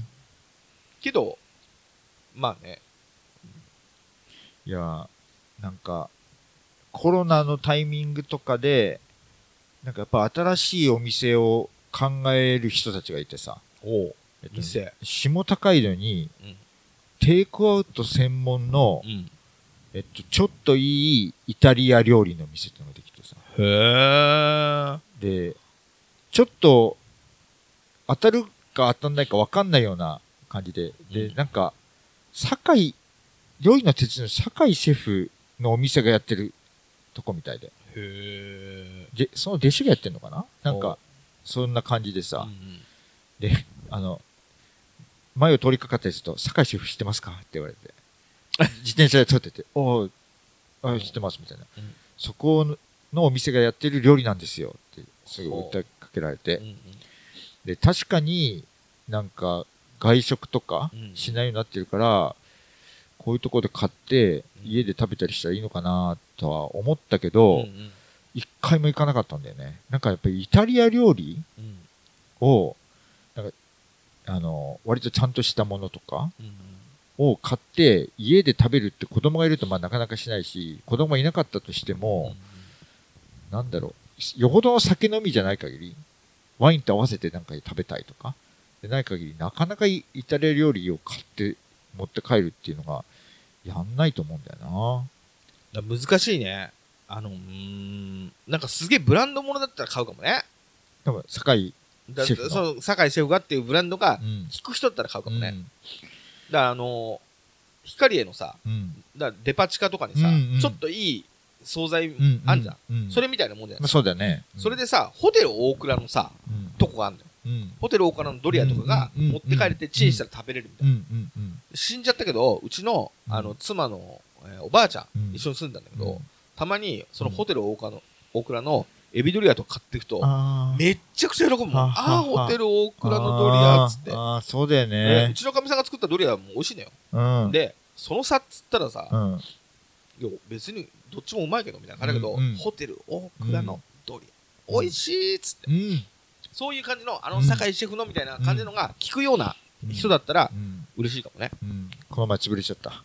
Speaker 1: けどまあね
Speaker 2: いやなんかコロナのタイミングとかでなんかやっぱ新しいお店を考える人たちがいてさ、
Speaker 1: おう、
Speaker 2: えっと、
Speaker 1: 店
Speaker 2: 下高井戸に、うん、テイクアウト専門の、うん、えっと、ちょっといいイタリア料理の店ってのができてさ。
Speaker 1: へ
Speaker 2: ー。で、ちょっと当たるか当たんないか分かんないような感じで、で、うん、なんか、酒井、料理の鉄人の酒井シェフのお店がやってるとこみたいで。
Speaker 1: へ
Speaker 2: でその弟子がやってんのかななんかそんな感じでさ、うんうん、であの前を通りかかったやつと酒井シェフ知ってますかって言われて自転車で撮ってておあ知ってますみたいな、うん、そこのお店がやってる料理なんですよってすぐ訴えかけられて、うんうん、で確かになんか外食とかしないようになってるから、うん、こういうところで買って家で食べたりしたらいいのかなとは思ったけど、うんうん、一回も行かなかったんだよね。なんかやっぱりイタリア料理を、なんかあの割とちゃんとしたものとかを買って家で食べるって子供がいるとまあなかなかしないし、子供がいなかったとしても、なんだろう、よほどの酒飲みじゃない限り、ワインと合わせてなんか食べたいとかでない限り、なかなかイタリア料理を買って持って帰るっていうのがやんないと思うんだよ
Speaker 1: な。だ難しいね。あのうーんなんかすげえブランドものだったら買うかもね。
Speaker 2: 多分酒井シェフの
Speaker 1: そう酒井シェフがっていうブランドが聞く人だったら買うかもね。うん、だからあの光栄のさ、うん、だからデパ地下とかにさ、うんうん、ちょっといい惣菜あんじゃん、うんうん、それみたいなもんじゃない、
Speaker 2: まあ、そうだよね、
Speaker 1: うん、それでさホテル大倉のさ、うん、とこがあんだよ、うん、ホテル大倉のドリアとかが持って帰れてチンしたら食べれるみたいな、うんうんうん、死んじゃったけどうちの、あの妻の、えー、おばあちゃん、うん、一緒に住んだんだけど、うん、たまにそのホテル大倉の、大倉のエビドリアとか買っていくとめっちゃくちゃ喜ぶもん。ああホテル大倉のドリアっつって。
Speaker 2: ああそうだよね、
Speaker 1: ね、うちのかみさんが作ったドリアも美味しいのよ、うん、でその差っつったらさ、うん、いや別にどっちもうまいけどみたいな感じだけど、うんうん、ホテル大倉のドリア、うん、美味しいっつって、うん、そういう感じのあの酒井シェフのみたいな感じのが聞くような人だったら嬉しいかもね、うんうん、
Speaker 2: この前潰れちゃった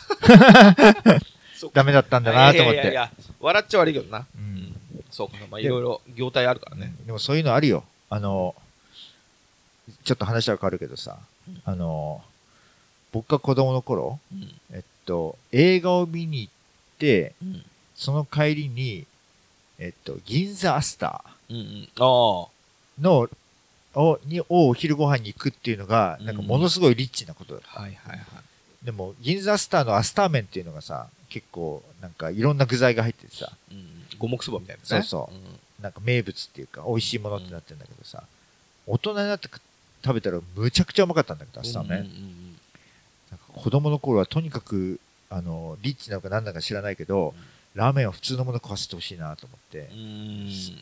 Speaker 2: ダメだったんだなと思って。いやいやいや
Speaker 1: 笑っちゃ悪いけどな、うん、そうかまあいろいろ業態あるからね。
Speaker 2: でもそういうのあるよ。あのちょっと話は変わるけどさ、うん、あの僕が子供の頃、うん、えっと映画を見に行って、うん、その帰りにえっと銀座アスターの、うんうん、おにをお昼ご飯に行くっていうのがなんかものすごいリッチなことだった、うん、はいはいはい。でも銀座アスターのアスター麺っていうのがさ結構なんかいろんな具材が入っててさ、うん、
Speaker 1: 五目そばみたいなね。
Speaker 2: そうそう、うん、なんか名物っていうか美味しいものってなってるんだけどさ、うん、大人になって食べたらむちゃくちゃうまかったんだけどアスター麺、うんうんうん、なんか子供の頃はとにかくあのリッチなのか何だか知らないけど、うん、ラーメンは普通のもの食わせてほしいなと思って、うん、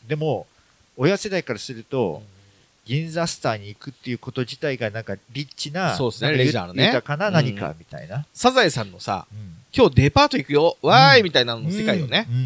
Speaker 2: でも親世代からすると、うん銀座スターに行くっていうこと自体がなんかリッチな、
Speaker 1: そうですね、レジャーのね、
Speaker 2: 豊かな何かみたいな、うん、
Speaker 1: サザエさんのさ、うん、今日デパート行くよわーいみたいなのの世界よね、うんうんうん、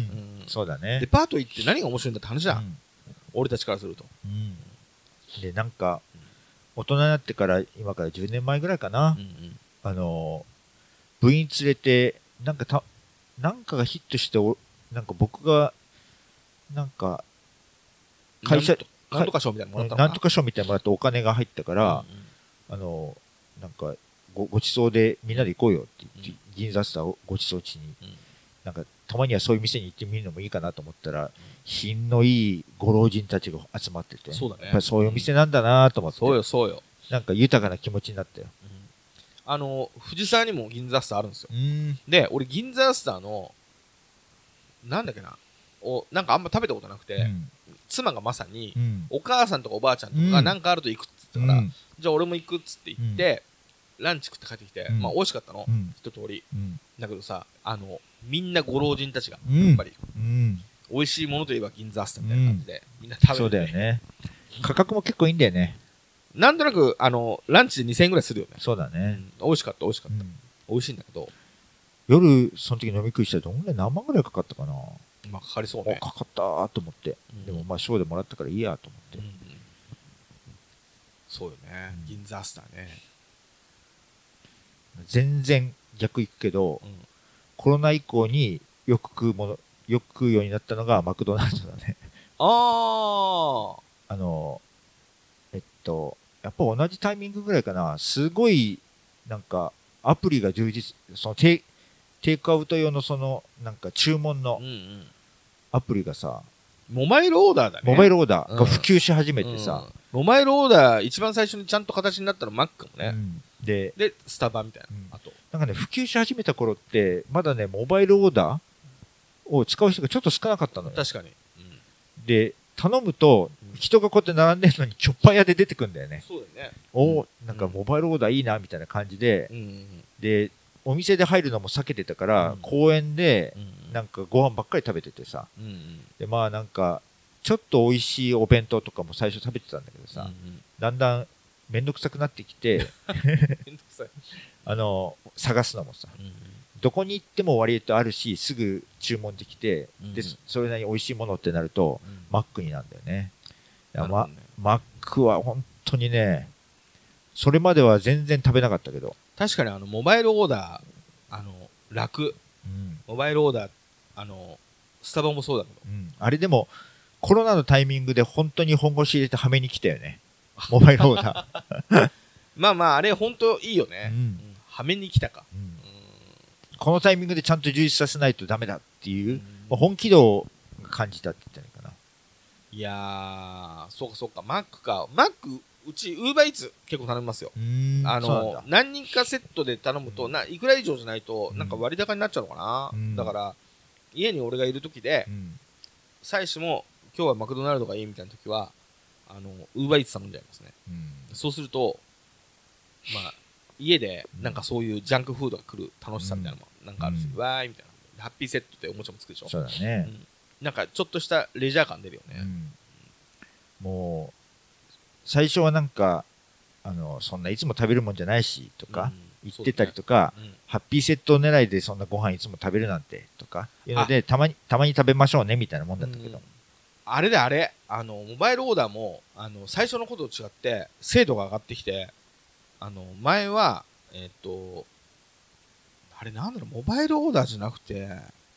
Speaker 2: そうだね。
Speaker 1: デパート行って何が面白いんだって話だ、
Speaker 2: うん、
Speaker 1: 俺たちからすると。
Speaker 2: うん、でなんか大人になってから今からじゅうねんまえぐらいかな、
Speaker 1: うんうん、
Speaker 2: あの部員連れてなんかたなんかがヒットしておなんか僕がなんか会社
Speaker 1: なんとか賞みたいなのもらったのかな、
Speaker 2: なんとか賞みたいなのもらってお金が入ったから、
Speaker 1: うんうん、
Speaker 2: あのなんか ご, ごちそうでみんなで行こうよって言って、うん、銀座スターをごちそう地に、うん、なんかたまにはそういう店に行ってみるのもいいかなと思ったら、うん、品のいいご老人たちが集まってて、
Speaker 1: そうだね、
Speaker 2: やっぱりそういう店なんだなと思って、
Speaker 1: うん、そうよそうよ、
Speaker 2: なんか豊かな気持ちになったよ、
Speaker 1: うん、あの藤沢にも銀座スターあるんですよ。
Speaker 2: うん、
Speaker 1: で俺銀座スターのなんだっけなをなんかあんま食べたことなくて、うん、妻がまさに、うん、お母さんとかおばあちゃんとかがなんかあると行くっつったから、うん、じゃあ俺も行くっつって行って、うん、ランチ食って帰ってきて、うん、まあ美味しかったの、うん、一通り、うん、だけどさあのみんなご老人たちがやっぱり、うん、美味しいものといえば銀座スターみたいな感じで、うん、みんな食べて、ね、
Speaker 2: そうだよね。価格も結構いいんだよね。
Speaker 1: なんとなくあのランチでにせんえんぐらいするよね。
Speaker 2: そうだね、
Speaker 1: うん、美味しかった美味しかった、うん、美味しいんだけど
Speaker 2: 夜その時飲み食いしたらどんぐらい何万ぐらいかかったかな。
Speaker 1: まあかかりそうね。
Speaker 2: かかったーと思って、うん、でもまあ賞でもらったからいいやと思って、うんうん、
Speaker 1: そうよね、うん、銀座スターね。
Speaker 2: 全然逆行くけど、うん、コロナ以降によく食うものよく食うようになったのがマクドナルドだね。
Speaker 1: ああ
Speaker 2: あのえっとやっぱ同じタイミングぐらいかな、すごいなんかアプリが充実、そのテテイクアウト用のそのなんか注文のアプリがさ、
Speaker 1: うんうん、モバイルオーダーだね。
Speaker 2: モバイルオーダーが普及し始めてさ、
Speaker 1: うんうん、モバイルオーダー一番最初にちゃんと形になったのマックもね、うん、
Speaker 2: で
Speaker 1: でスタバみたいな、うん、あと
Speaker 2: なんかね普及し始めた頃ってまだねモバイルオーダーを使う人がちょっと少なかったのよ。
Speaker 1: 確かに、うん、
Speaker 2: で頼むと人がこうやって並んでるのにチョッパー屋で出てくんだよね。
Speaker 1: そうだよね。
Speaker 2: おー、なんかモバイルオーダーいいなみたいな感じで、うんうんうん、でお店で入るのも避けてたから、うん、公園でなんかご飯ばっかり食べててさ、うんうん、でまあなんかちょっと美味しいお弁当とかも最初食べてたんだけどさ、うんうん、だんだんめんどくさくなってきてあの探すのもさ、うんうん、どこに行っても割とあるしすぐ注文できて、うんうん、でそれなりに美味しいものってなると、うん、マックになるんだよね。いや、ね、ま、マックは本当にねそれまでは全然食べなかったけど、
Speaker 1: 確かにあのモバイルオーダーあの楽、うん、モバイルオーダーあのスタバもそうだけど、
Speaker 2: うん、あれでもコロナのタイミングで本当に本腰入れてはめに来たよねモバイルオーダー
Speaker 1: まあまああれ本当いいよね、うんうん、はめに来たか、うんうん、
Speaker 2: このタイミングでちゃんと充実させないとダメだっていう、うん、まあ、本気度を感じたって言ったらいいかな。
Speaker 1: いやーそうかそうかマックかマックうちウーバーイーツ結構頼みますよ。あの何人かセットで頼むと、うん、ないくら以上じゃないとなんか割高になっちゃうのかな、うん、だから家に俺がいる時で、うん、妻子も今日はマクドナルドがいいみたいな時はあのウーバーイーツ頼んじゃいますね、うん、そうするとまあ家でなんかそういうジャンクフードが来る楽しさみたいなのもなんかあるし、うん、わーいみたいなハッピーセットっておもちゃもつくでしょ。
Speaker 2: そうだね、
Speaker 1: うん、なんかちょっとしたレジャー感出るよね、
Speaker 2: うん、もう最初はなんかあのそんないつも食べるもんじゃないしとか言ってたりとか、うんね、うん、ハッピーセット狙いでそんなご飯いつも食べるなんてとかいうのでたまにたまに食べましょうねみたいなもんだったけど、うん、
Speaker 1: あれであれあのモバイルオーダーもあの最初のことと違って精度が上がってきて、あの前はえっとあれなんだろうモバイルオーダーじゃなくて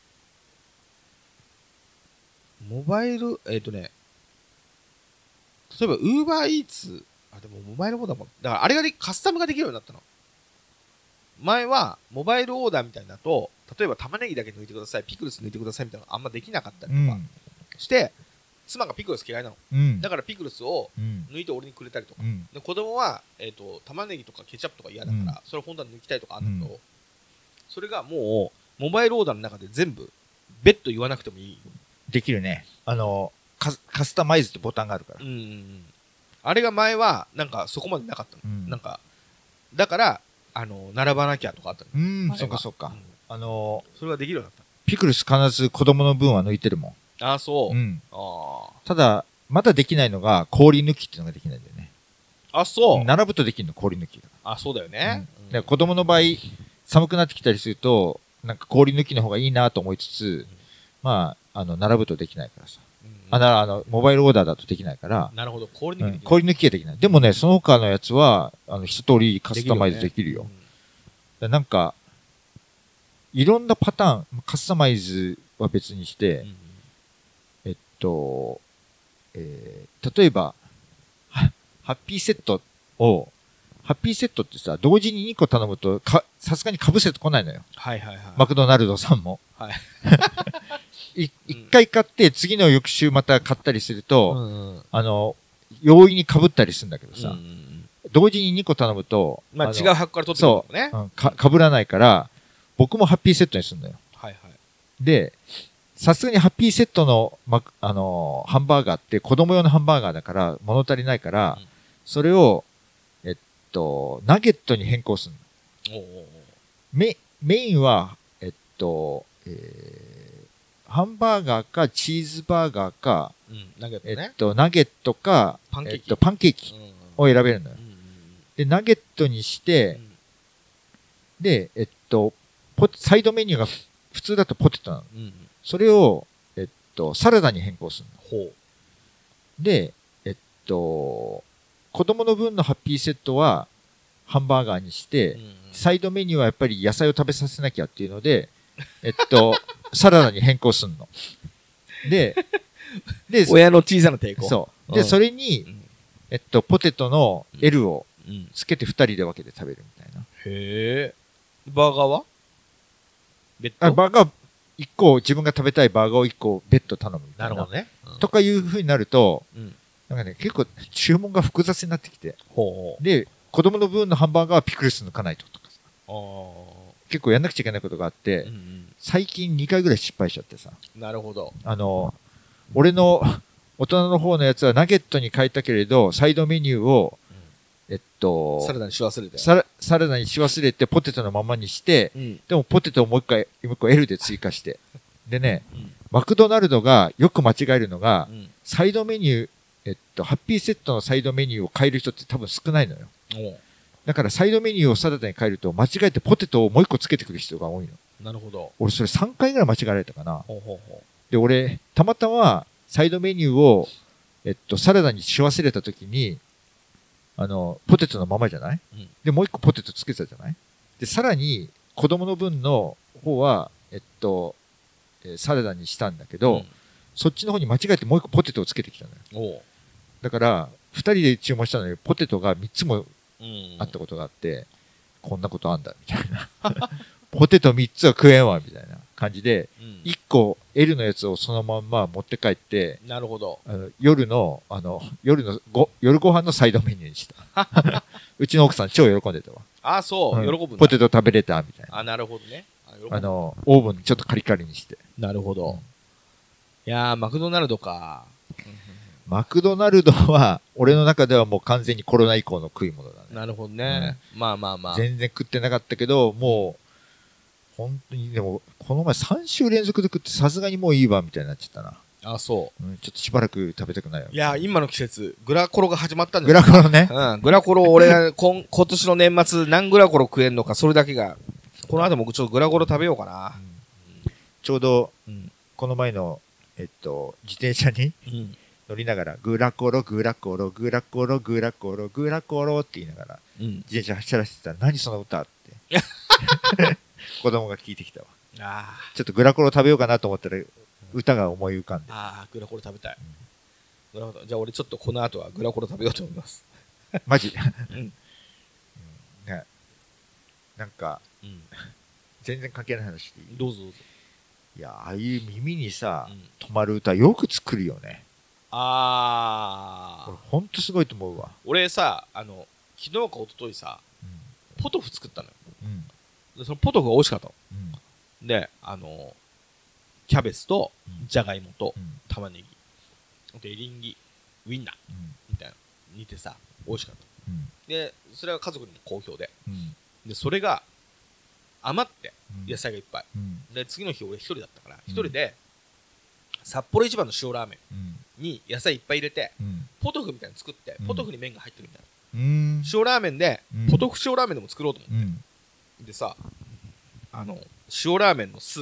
Speaker 1: モバイルえっとね例えばウーバーイーツあでもモバイルオーダーもだからあれがでカスタムができるようになったの。前はモバイルオーダーみたいだと例えば玉ねぎだけ抜いてくださいピクルス抜いてくださいみたいなのがあんまできなかったりとかして、うん、妻がピクルス嫌いなの、うん、だからピクルスを抜いて俺にくれたりとか、うん、で子供は、えーと、玉ねぎとかケチャップとか嫌だから、うん、それを本当は抜きたいとかあるんだけど、うん、それがもうモバイルオーダーの中で全部別途言わなくてもいい
Speaker 2: できるね。あのカス、カスタマイズってボタンがあるから、
Speaker 1: うんうんうん、あれが前はなんかそこまでなかったの、うん、なんかだからあの並ばなきゃとかあったの。
Speaker 2: うんそうかそうか、うん、あの
Speaker 1: それができるようになった。
Speaker 2: ピクルス必ず子供の分は抜いてるもん。
Speaker 1: ああそう、うん、
Speaker 2: あただまだできないのが氷抜きっていうのができないんだよね。
Speaker 1: あそう
Speaker 2: 並ぶとできるの氷抜きが。
Speaker 1: あそうだよね、
Speaker 2: うん、で子供の場合寒くなってきたりするとなんか氷抜きの方がいいなと思いつつ、うん、まああの並ぶとできないからさ、
Speaker 1: うんうん、
Speaker 2: あなあのモバイルオーダーだとできないから、
Speaker 1: なるほど、氷抜きできない、
Speaker 2: うん、氷抜きはできない。でもね、その他のやつはあの一通りカスタマイズできるよ。でなんかいろんなパターン、カスタマイズは別にして、うんうん、えっと、えー、例えばハッピーセットをハッピーセットってさ、同時ににこ頼むとかさすがにかぶせてこないのよ。
Speaker 1: はいはいはい。
Speaker 2: マクドナルドさんも。はい。い一回買って次の翌週また買ったりすると、うんうん、あの容易にかぶったりするんだけどさ、うんうん、同時ににこ頼むと、
Speaker 1: まあ、違う箱から取ってくるのね。
Speaker 2: そう、うん、か, かぶらないから僕もハッピーセットにするのよ。
Speaker 1: はいはい。
Speaker 2: で、さすがにハッピーセットの、ま、あのー、ハンバーガーって子供用のハンバーガーだから物足りないから、うん、それをえっとナゲットに変更するの。おうおうおう。メメインはえっと、えー、ハンバーガーかチーズバーガーか、うん、ナゲットね、えっとナゲットか
Speaker 1: パンケーキ、
Speaker 2: えっと、パンケーキを選べるのよ。うんうんうん、でナゲットにして、うん、でえっとポサイドメニューが普通だとポテトなの。うんうん、それを、えっと、サラダに変更するの。ほう。で、えっと、子供の分のハッピーセットはハンバーガーにして、うんうん、サイドメニューはやっぱり野菜を食べさせなきゃっていうので、えっと、サラダに変更するの。で、
Speaker 1: で、親の小さな抵抗。
Speaker 2: そう。で、うん、それに、うん、えっと、ポテトの L をつけてふたりで分けて食べるみたいな。
Speaker 1: へー。バーガーは
Speaker 2: 別途？あ、バーガーいっこ自分が食べたいバーガーをいっこ別途頼むみたいな。
Speaker 1: なるほどね。
Speaker 2: うん、とかいう風になると、うん、なんかね、結構注文が複雑になってきて。ほうほう。で、子供の分のハンバーガーはピクルス抜かないととかさ。結構やんなくちゃいけないことがあって、うんうん、最近にかいぐらい失敗しちゃってさ。
Speaker 1: なるほど。
Speaker 2: あの、俺の大人の方のやつはナゲットに変えたけれど、サイドメニューを、えっと、
Speaker 1: サラダにし忘れて
Speaker 2: サラ、サラダにし忘れてポテトのままにして、うん、でもポテトをもう一回、もう一個 L で追加して。でね、うん、マクドナルドがよく間違えるのが、うん、サイドメニュー、えっと、ハッピーセットのサイドメニューを変える人って多分少ないのよ。だからサイドメニューをサラダに変えると間違えてポテトをもう一個つけてくる人が多いの。
Speaker 1: なるほど。
Speaker 2: 俺それさんかいぐらい間違えられたかな。ほうほうほう。で、俺、たまたまサイドメニューを、えっと、サラダにし忘れた時に、あの、ポテトのままじゃない、うん、で、もう一個ポテトつけてたじゃないで、さらに、子供の分の方は、えっと、えー、サラダにしたんだけど、うん、そっちの方に間違えてもう一個ポテトをつけてきたのよ。だから、二人で注文したのに、ポテトが三つもあったことがあって、うん、こんなことあんだ、みたいな。ポテト三つは食えんわ、みたいな感じで、一、うん、個 L のやつをそのまんま持って帰って、
Speaker 1: なるほど。
Speaker 2: あの夜の、あの、夜のご、夜ご飯のサイドメニューにした。うちの奥さん超喜んでたわ。
Speaker 1: あ、そう、うん、喜ぶんだ。
Speaker 2: ポテト食べれた、みたいな。
Speaker 1: あ、なるほどね。
Speaker 2: あ, あの、オーブンちょっとカリカリにして。
Speaker 1: なるほど。うん、いやー、マクドナルドか。
Speaker 2: マクドナルドは、俺の中ではもう完全にコロナ以降の食い物だね。
Speaker 1: なるほどね。うん、まあまあまあ。
Speaker 2: 全然食ってなかったけど、もう、本当に、でも、この前さん週連続で食ってさすがにもういいわ、みたいになっちゃったな。
Speaker 1: あ、そう。
Speaker 2: うん、ちょっとしばらく食べたくないよ。
Speaker 1: いや、今の季節、グラコロが始まったん
Speaker 2: だよ。グラコロね。
Speaker 1: うん、グラコロ、俺が今、今年の年末何グラコロ食えんのか、それだけが、この後僕ちょっとグラコロ食べようかな。うん、
Speaker 2: ちょうど、うん、この前の、えっと、自転車に、うん乗りながら、グラコロ、グラコロ、グラコロ、グラコロ、グラコロって言いながら、うん、自転車走らせてたら、何その歌って。子供が聞いてきたわ。あちょっとグラコロ食べようかなと思ったら、歌が思い浮かんで。
Speaker 1: ああ、グラコロ食べたい。うん、なるほど。じゃあ俺ちょっとこの後はグラコロ食べようと思います。
Speaker 2: マジ、うんうんね、なんか、うん、全然関係ない話でいい？
Speaker 1: どうぞどうぞ。
Speaker 2: いや、ああいう耳にさ、うん、止まる歌よく作るよね。
Speaker 1: ああ。
Speaker 2: これほんとすごいと思うわ。
Speaker 1: 俺さ、あの、昨日か一昨日さ、うん、ポトフ作ったのよ。うん、でそのポトフが美味しかったの。うん、で、あの、キャベツと、じゃがいもと、玉ねぎ、で、エリンギ、ウインナー、みたいな煮てさ、美味しかった。うん、で、それは家族にも好評で。うん、で、それが余って、野菜がいっぱい。うん、で、次の日俺一人だったから、一人で、札幌一番の塩ラーメンに野菜いっぱい入れて、うん、ポトフみたいに作って、ポトフに麺が入ってるみたいな。うん、塩ラーメンで、ポトフ塩ラーメンでも作ろうと思って。うん、でさ、あの、塩ラーメンのスープ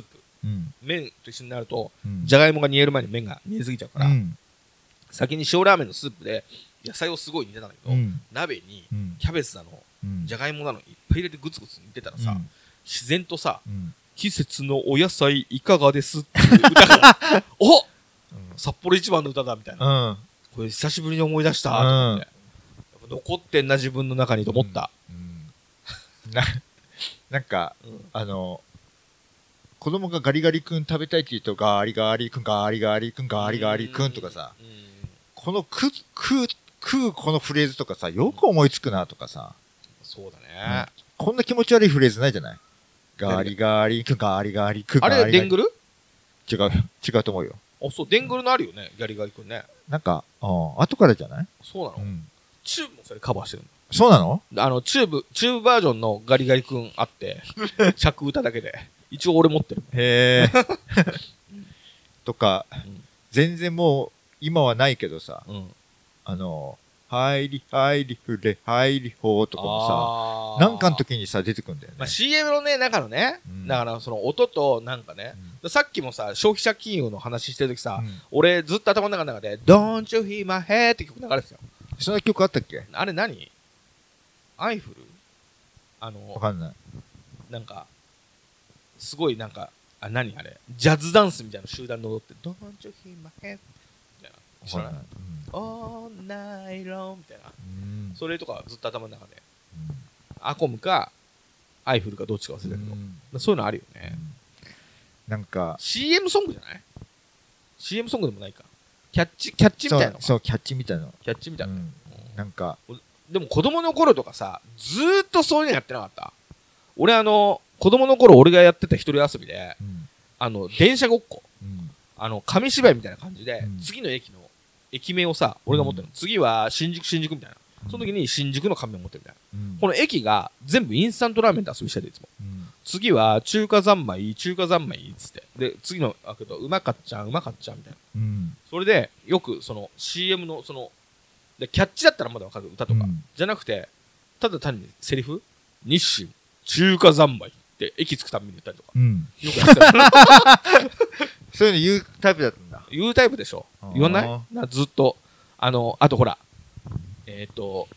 Speaker 2: うん
Speaker 1: 麺と一緒になると
Speaker 2: うん
Speaker 1: じゃがいもが煮える前に麺が煮えすぎちゃうから、
Speaker 2: うん
Speaker 1: 先に塩ラーメンのスープで野菜をすごい煮てたんだけど、
Speaker 2: うん
Speaker 1: 鍋に
Speaker 2: うん
Speaker 1: キャベツだの
Speaker 2: うん
Speaker 1: じゃがいもなのいっぱい入れてグツグツ煮てたらさ、
Speaker 2: うん
Speaker 1: 自然とさ
Speaker 2: うん
Speaker 1: 季節のお野菜いかがですっていう歌がお札幌一番の歌だみたいな、
Speaker 2: うん
Speaker 1: これ久しぶりに思い出したと思って、やっぱ残ってんな自分の中にと思った、
Speaker 2: うんななんか
Speaker 1: うん
Speaker 2: あの子供がガリガリ君食べたいって言うとガリガリ君ガリガリ君ガリガリ君とかさ、
Speaker 1: うん
Speaker 2: この食う食う食うこのフレーズとかさよく思いつくなとかさ、
Speaker 1: そうだね、
Speaker 2: こんな気持ち悪いフレーズないじゃない。ガリガリ君ガリガリ君
Speaker 1: あ
Speaker 2: ガリガリ
Speaker 1: れデングル
Speaker 2: 違う違うと思うよ。
Speaker 1: あそうデングルのあるよねガリガリ君ね。
Speaker 2: なんかうん後からじゃない。
Speaker 1: そうなの、
Speaker 2: うん
Speaker 1: チューブもそれカバーしてる
Speaker 2: そうなの。
Speaker 1: のあのチューブチューブバージョンのガリガリ君あって尺歌だけで一応俺持ってる。
Speaker 2: へえとか、
Speaker 1: ん
Speaker 2: 全然もう今はないけどさ、
Speaker 1: うん
Speaker 2: あの入り入りふれ入りほうとかも
Speaker 1: あー
Speaker 2: さなんかの時にさ出てくるんだよね、
Speaker 1: まあ、シーエム のね中のね、
Speaker 2: うん
Speaker 1: だからその音となんかね、さっきもさ消費者金融の話してる時さ、
Speaker 2: うん
Speaker 1: 俺ずっと頭の中で「Don't you hear my head」って曲流れてたよ。
Speaker 2: そんな曲あったっけ。
Speaker 1: あれ何アイフルあ
Speaker 2: わ
Speaker 1: の
Speaker 2: かんない。
Speaker 1: なんかすごいなんかあ何あれジャズダンスみたいな集団で踊って「Don't you hear my head」みたいな知らない
Speaker 2: わかんない。
Speaker 1: All night long みたいな
Speaker 2: うん
Speaker 1: それとかずっと頭の中で
Speaker 2: うん
Speaker 1: アコムかアイフルかどっちか忘れたけど、
Speaker 2: うん
Speaker 1: そういうのあるよね、
Speaker 2: なんか
Speaker 1: シーエム ソングじゃない シーエム ソングでもないかキャッチキャッチみたいなのか
Speaker 2: そうそうキャッチみたいなの、
Speaker 1: キャッチみたいな、
Speaker 2: うんなんか
Speaker 1: でも子供の頃とかさずーっとそういうのやってなかった。俺あの子供の頃俺がやってた一人遊びで
Speaker 2: うん
Speaker 1: あの電車ごっこ
Speaker 2: うん
Speaker 1: あの紙芝居みたいな感じで、
Speaker 2: うん
Speaker 1: 次の駅の駅名をさ俺が持ってるの、
Speaker 2: うん
Speaker 1: 次は新宿新宿みたいな、その時に新宿の紙を持ってるみたいな、
Speaker 2: うん
Speaker 1: この駅が全部インスタントラーメンで遊びしてていつも
Speaker 2: うん
Speaker 1: 次は中華三昧中華三昧っつってで次のあけどうまかっちゃんうまかっちゃんみたいな
Speaker 2: うん
Speaker 1: それでよくその シーエム のそのでキャッチだったらまだわかる歌とか、
Speaker 2: うん
Speaker 1: じゃなくてただ単にセリフ日清中華三昧って駅着くたびに言ったりとか
Speaker 2: うん
Speaker 1: よくやってた
Speaker 2: そういうの言うタイプだったんだ。
Speaker 1: 言うタイプでしょ
Speaker 2: あー
Speaker 1: 言わないなずっとあのあとほらえっ、ー、と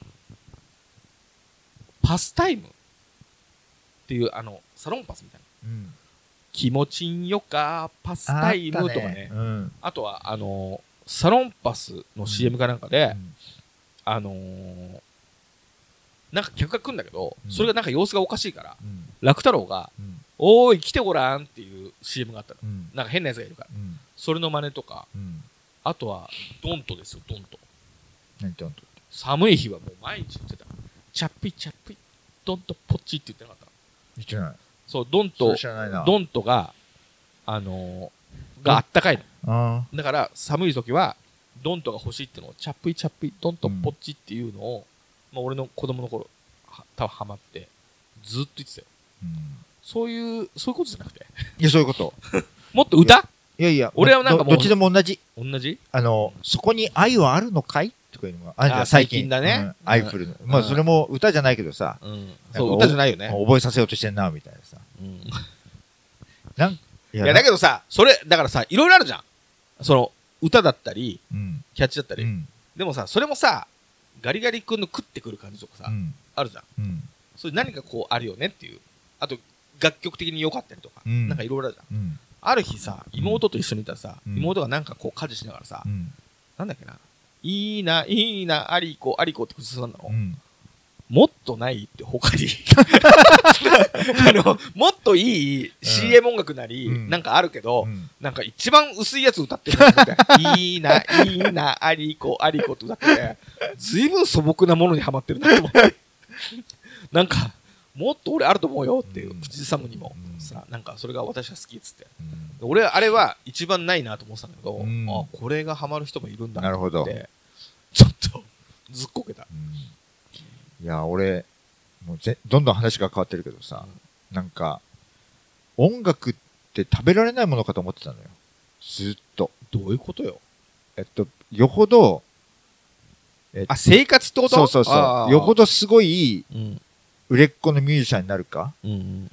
Speaker 1: パスタイムっていうあのサロンパスみたいな
Speaker 2: うん
Speaker 1: 気持ちんよかパスタイムとかね
Speaker 2: あうん
Speaker 1: あとはあのーサロンパスの シーエム かなんかで、
Speaker 2: うん
Speaker 1: あのーなんか客が来るんだけど、
Speaker 2: うん
Speaker 1: それがなんか様子がおかしいから
Speaker 2: うん
Speaker 1: 楽太郎が
Speaker 2: うん
Speaker 1: 「おーい来てごらん」っていう シーエム があったの
Speaker 2: うん
Speaker 1: なんか変なやつがいるから
Speaker 2: うん
Speaker 1: それの真似とか
Speaker 2: うん
Speaker 1: あとはドントですよドント
Speaker 2: 何とんと
Speaker 1: 寒い日はもう毎日言ってたチャッピチャッピドントポッチって言ってなかった
Speaker 2: 言ってない。
Speaker 1: そうドン
Speaker 2: それ
Speaker 1: ト
Speaker 2: 知らないな。
Speaker 1: ドントがあのーがあったかいの
Speaker 2: あ
Speaker 1: だから寒い時はドントが欲しいってのをチャッピチャッピドントポッチっていうのを、まあ、俺の子供の頃は多分ハマってずっと言ってたよ
Speaker 2: ーうん
Speaker 1: そういうそういうことじゃなくて
Speaker 2: いやそういうこと。
Speaker 1: もっと歌
Speaker 2: いやいや
Speaker 1: 俺はなんかもう
Speaker 2: どどっちでも同じ。
Speaker 1: 同じ
Speaker 2: あのそこに愛はあるのかいとかいうのがあるじゃん
Speaker 1: あ
Speaker 2: 最近
Speaker 1: 最近だね
Speaker 2: うんアイフルのまあそれも歌じゃないけどさ
Speaker 1: うん
Speaker 2: か
Speaker 1: そう歌じゃないよね、
Speaker 2: 覚えさせようとしてんなみたいなさ
Speaker 1: うん
Speaker 2: なんい
Speaker 1: いやだけどさそれだからさいろいろあるじゃんその歌だったり
Speaker 2: うん
Speaker 1: キャッチだったり、
Speaker 2: うん
Speaker 1: でもさそれもさガリガリ君の食ってくる感じとかさ、
Speaker 2: うん
Speaker 1: あるじゃん
Speaker 2: うん
Speaker 1: それ何かこうあるよねっていうあと楽曲的に良かったりとか、
Speaker 2: うん
Speaker 1: なんかいろいろあるじゃん
Speaker 2: うん
Speaker 1: ある日さ妹と一緒にいたらさ、
Speaker 2: うん
Speaker 1: 妹がなんかこう家事しながらさ、
Speaker 2: うん
Speaker 1: なんだっけないいないいなありこありこって口ずさんだの、
Speaker 2: うん
Speaker 1: もっとないって他にあのもっといい シーエム 音楽なり、
Speaker 2: うん
Speaker 1: なんかあるけど、
Speaker 2: うん
Speaker 1: なんか一番薄いやつ歌ってるのみたいないいないいなありこありこって歌っててずいぶん素朴なものにハマってるなと思ってなんかもっと俺あると思うよっていう
Speaker 2: うん
Speaker 1: 口ずさむにも、
Speaker 2: うん
Speaker 1: さなんかそれが私は好きっつって
Speaker 2: うん
Speaker 1: 俺あれは一番ないなと思ってたんだけど、
Speaker 2: うん
Speaker 1: あこれがハマる人もいるんだ
Speaker 2: なるほど
Speaker 1: ってちょっとずっこけた。
Speaker 2: うんいや俺もうぜどんどん話が変わってるけどさなんか音楽って食べられないものかと思ってたのよずっと
Speaker 1: どういうことよ。
Speaker 2: えっとよほどえっと
Speaker 1: あ生活ってこと
Speaker 2: そうそうそ
Speaker 1: あー
Speaker 2: うよほどすごい
Speaker 1: うん
Speaker 2: 売れっ子のミュージシャンになるか
Speaker 1: うんうん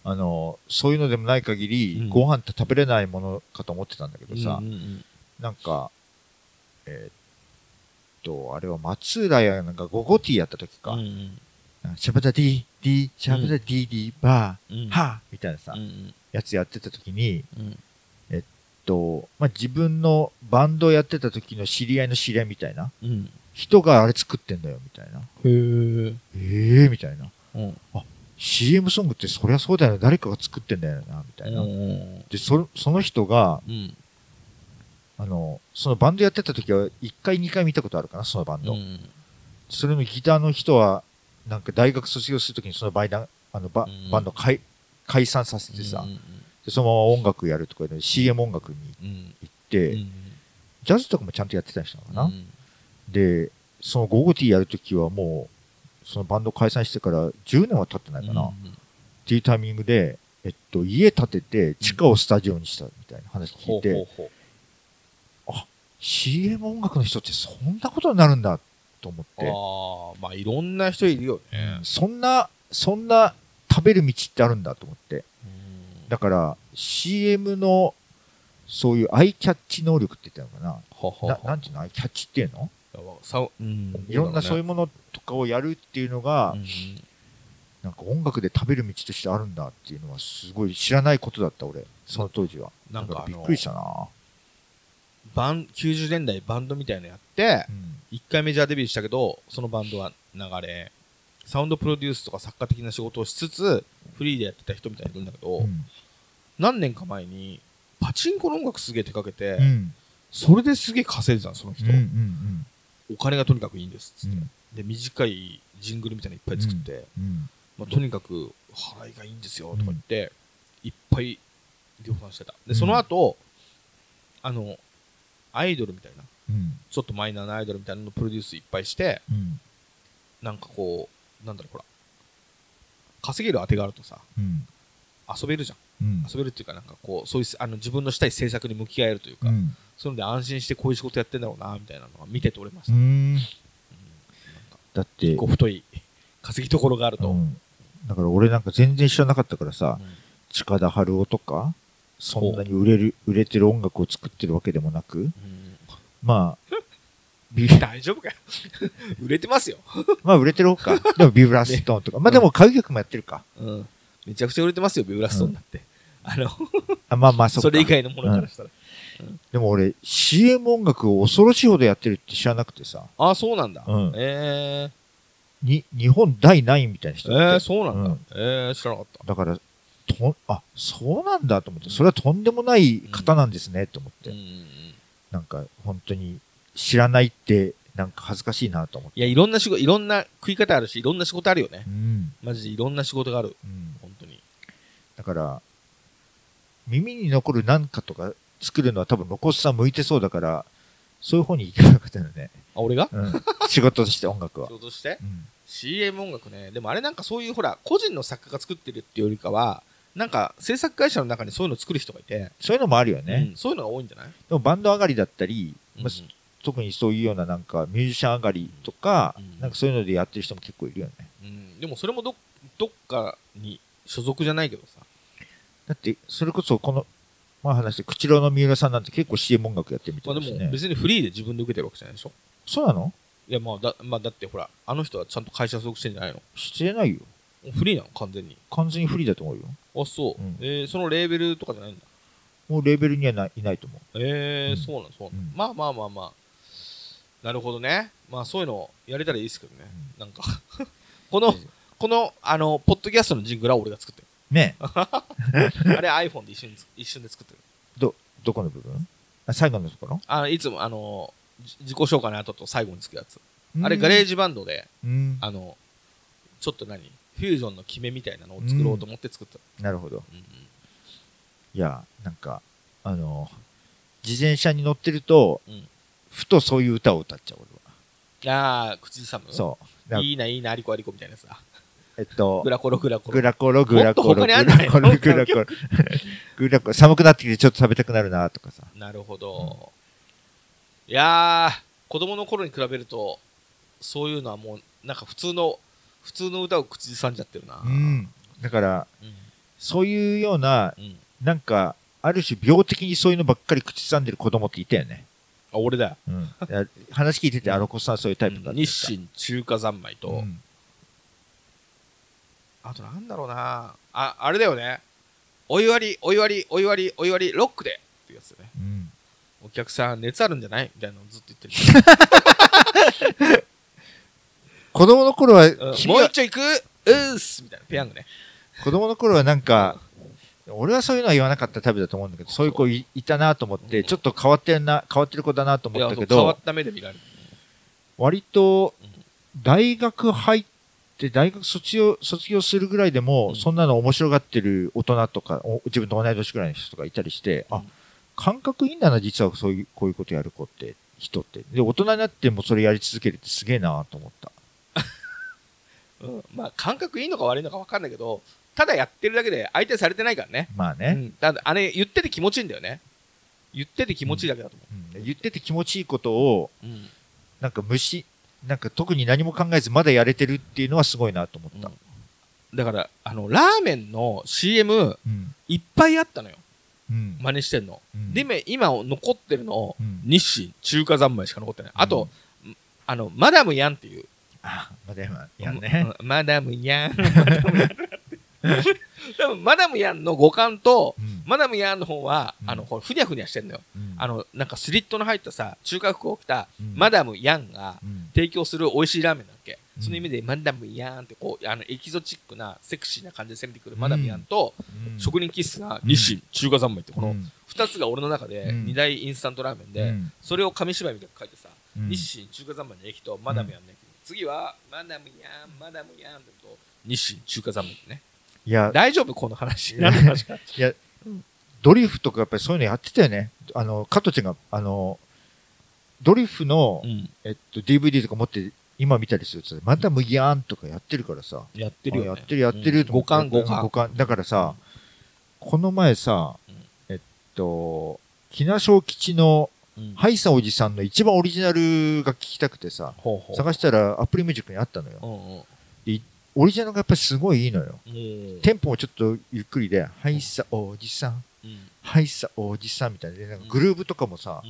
Speaker 2: あのそういうのでもない限り、
Speaker 1: うん、
Speaker 2: ご飯って食べれないものかと思ってたんだけどさ、
Speaker 1: うんうんうん、
Speaker 2: なんかえー、っとあれは松浦屋がゴゴティーやった時か、うんうん、シャバダディディシャバダディディバー、うん、はみたいなさ、うんうん、やつやってた時に、うん、えっとまあ自分のバンドやってた時の知り合いの知り合いみたいな、うん、人があれ作ってんだよみたいな。へーえーみたいな、うん、あ シーエム ソングってそりゃそうだよね、誰かが作ってんだよなみたいな、うん、で そ, その人が、うん、あのそのバンドやってた時はいっかいにかい見たことあるかな、そのバンド、うん、それのギターの人はなんか大学卒業するときにそのバイダあの バ,、うん、バンド解解散させてさ、うん、でそのまま音楽やるとかで シーエム 音楽に行って、うん、ジャズとかもちゃんとやってた人なのかな、うん、でそのゴーゴティーやるときはもうそのバンド解散してからじゅうねんは経ってないかな、うん、っていうタイミングで、えっと、家建てて地下をスタジオにしたみたいな話聞いて、うん、ほうほうほう、あ シーエム 音楽の人ってそんなことになるんだと思って、
Speaker 1: あまあいろんな人いるよね、
Speaker 2: うん、そんなそんな食べる道ってあるんだと思って、うん、だから シーエム のそういうアイキャッチ能力って言ったのかな、はははな、なんていうのアイキャッチっていうの、うん、いろんなそういうものとかをやるっていうのが、うん、なんか音楽で食べる道としてあるんだっていうのはすごい知らないことだった俺その当時は。なんかびっくりしたな。
Speaker 1: バンきゅうじゅうねんだいバンドみたいなのやって、うん、いっかいメジャーデビューしたけどそのバンドは流れサウンドプロデュースとか作家的な仕事をしつつフリーでやってた人みたいにいるんだけど、うん、何年か前にパチンコの音楽すげえ手掛けて、うん、それですげえ稼いでたのその人、うんうんうん、お金がとにかくいいんですっつって、うん、で短いジングルみたいなのいっぱい作って、うんうんまあ、とにかく払いがいいんですよとか言って、うん、いっぱい量産してた。でその後、うん、あのアイドルみたいな、うん、ちょっとマイナーなアイドルみたいなのプロデュースいっぱいして、うん、なんかこうなんだろうほら稼げる当てがあるとさ、うん、遊べるじゃん、うん、遊べるっていうかなんかこうそういうあの自分のしたい制作に向き合えるというか、うん、そういうので安心してこういう仕事やってんだろうなみたいなのが見て取れました、ね。うん、なんか
Speaker 2: だって
Speaker 1: 一個太い稼ぎどころがあると、うん、
Speaker 2: だから俺なんか全然知らなかったからさ、うん、近田春夫とかそんなに売れる売れてる音楽を作ってるわけでもなく、うん、まあ
Speaker 1: 大丈夫かよ売れてますよ
Speaker 2: まあ売れてるほかでもビブラストーンとか、ね、まあでも歌謡曲もやってるか、
Speaker 1: うん、めちゃくちゃ売れてますよビブラストーンだって、うん、あの
Speaker 2: あまあまあ そ,
Speaker 1: それ以外のものからしたら、
Speaker 2: うんうん、でも俺 シーエム 音楽を恐ろしいほどやってるって知らなくてさ。
Speaker 1: ああそうなんだ、うん、えー
Speaker 2: に日本だい何位みたいな人って
Speaker 1: えー、そうなんだ、うん、えー、知らなかった
Speaker 2: だからとあそうなんだと思って、それはとんでもない方なんですねと思って、うん、なんか本当に知らないってなんか恥ずかしいなと思って。
Speaker 1: いやいろんな仕事いろんな食い方あるしいろんな仕事あるよね、うん、マジでいろんな仕事がある、うん、本当に
Speaker 2: だから耳に残るなんかとか作るのは多分ロコスさん向いてそうだからそういう方に行けばよかったよね。
Speaker 1: あ俺が、
Speaker 2: うん、仕事として音楽は
Speaker 1: 仕事として、うん、シーエム 音楽ね。でもあれなんかそういうほら個人の作家が作ってるっていうよりかはなんか制作会社の中にそういうのを作る人がいて
Speaker 2: そういうのもあるよね、
Speaker 1: うん、そういうのが多いんじゃない。で
Speaker 2: もバンド上がりだったり、うんまあ、特にそういうようななんかミュージシャン上がりとか、うん、なんかそういうのでやってる人も結構いるよね、
Speaker 1: うん、でもそれも ど, どっかに所属じゃないけどさ。
Speaker 2: だってそれこそこのまあ話して口郎の三浦さんなんて結構 シーエム 音楽やってるみたいですね、まあ、でも別
Speaker 1: にフリーで自分で受けてるわけじゃないでしょ。
Speaker 2: そうなの。
Speaker 1: いやまあ だ,、まあ、だってほらあの人はちゃんと会社所属してんじゃないの。
Speaker 2: してないよ。
Speaker 1: フリーなの完全に。
Speaker 2: 完全にフリーだと思うよ。
Speaker 1: あそう、うん、えー、そのレーベルとかじゃないんだ。
Speaker 2: もうレーベルにはない、いないと思う。
Speaker 1: えー、うん、そうなんそうなん、うん、まあまあまあまあなるほどね。まあそういうのやれたらいいですけどね、うん、なんかこのこのあのポッドキャストのジングルは俺が作ってる
Speaker 2: ね
Speaker 1: あれ iPhone で一瞬一瞬で作ってる。
Speaker 2: どどこの部分？あ最後のところ？
Speaker 1: あいつもあの自己紹介の後と最後につくやつ。あれガレージバンドであのちょっと何フュージョンの決めみたいなのを作ろうと思って作った。
Speaker 2: なるほど、うんうん、いやなんかあの自転車に乗ってると、うん、ふとそういう歌を歌っちゃう
Speaker 1: 俺は。ああ口ずさむ。
Speaker 2: そう
Speaker 1: いいないいなアリコアリコみたいなさ。
Speaker 2: えっと、
Speaker 1: グラコログラコロ
Speaker 2: グラコログラコログラコログラコログラコロ寒くなってきてちょっと食べたくなるなとかさ。
Speaker 1: なるほど、うん、いやー子供の頃に比べるとそういうのはもうなんか普通の普通の歌を口ずさんじゃってるな、
Speaker 2: うん、だから、うん、 そういうような、
Speaker 1: うん、
Speaker 2: なんか、ある種病的にそういうのばっかり口ずさんでる子供っていたよね。
Speaker 1: あ、俺だよ。
Speaker 2: うん、話聞いてて、あの子さんそういうタイプだった、
Speaker 1: うん、日清中華三昧と、
Speaker 2: うん、
Speaker 1: あとなんだろうなあ、あれだよね。お湯割り、お湯割り、お湯割り、お湯割り、ロックでっていうやつだよね。
Speaker 2: うん、
Speaker 1: お客さん熱あるんじゃないみたいなのをずっと言ってる。
Speaker 2: 子供の頃は、
Speaker 1: うん、もう一丁行くうーすみたいなペヤングね。
Speaker 2: 子供の頃はなんか、俺はそういうのは言わなかったタイプだと思うんだけど、そういう子 い, いたなと思って、うん、ちょっと変わってるな、変わってる子だなと思ったけど、
Speaker 1: 変わった目で見られる。
Speaker 2: 割と、大学入って、大学卒業、卒業するぐらいでも、うん、そんなの面白がってる大人とか、自分と同い年ぐらいの人とかいたりして、うん、あ、感覚いいんだな、実はそういう、こういうことやる子って、人って。で、大人になってもそれやり続けるってすげえなと思った。
Speaker 1: うん、まあ、感覚いいのか悪いのか分かんないけど、ただやってるだけで相手されてないからね。
Speaker 2: まあね。
Speaker 1: うん、ただあれ言ってて気持ちいいんだよね。言ってて気持ちいいだけだと思
Speaker 2: う。うん、言ってて気持ちいいことを、
Speaker 1: うん、
Speaker 2: なんか無視、なんか特に何も考えずまだやれてるっていうのはすごいなと思った。うん、
Speaker 1: だからあのラーメンの シーエム、うん、いっぱいあったのよ。うん、真似してんの。うん、で今残ってるの、うん、日清中華三昧しか残ってない。あと、うん、あのマダムヤンっていう。
Speaker 2: あ、マダムヤンね。
Speaker 1: マダムヤン。多分マダムヤンの五感と、うん、マダムヤンの方は、うん、あのふにゃふにゃしてんのよ、うん、あのなんかスリットの入ったさ中華服を着た、うん、マダムヤンが提供する美味しいラーメンだっけ、うん、その意味でマダムヤンってこうあのエキゾチックなセクシーな感じで攻めてくるマダムヤンと、うん、職人気質な日清中華三昧ってこのふたつが俺の中でに大インスタントラーメンで、うん、それを紙芝居みたいに書いてさ、うん、日清中華三昧の駅とマダムヤンの駅、うん、次はマダムヤンマダムヤンってと日清中華三昧ってね。いや大丈夫この話。何の話か。
Speaker 2: いや、ドリフとかやっぱりそういうのやってたよね。あの加藤ちゃんがあのドリフの、うん、えっと ディーブイディー とか持って今見たりするとまたムギャーンとかやってるからさ。
Speaker 1: やってるよ、ね、
Speaker 2: やってるやってる。
Speaker 1: 五感五感。
Speaker 2: 五感だからさ、うん、この前さ、うん、えっと木名小吉のハイサおじさんの一番オリジナルが聞きたくてさ、ほうほう探したらアプリミュージックにあったのよ。うんうん、でオリジナルがやっぱりすごいいいのよ。テンポもちょっとゆっくりで、ハイサおじさん、うん、ハイサおじさんみたいな、なんかグルーブとかもさ、うん、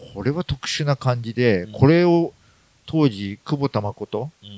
Speaker 2: これは特殊な感じで、うん、これを当時、久保田誠、うん、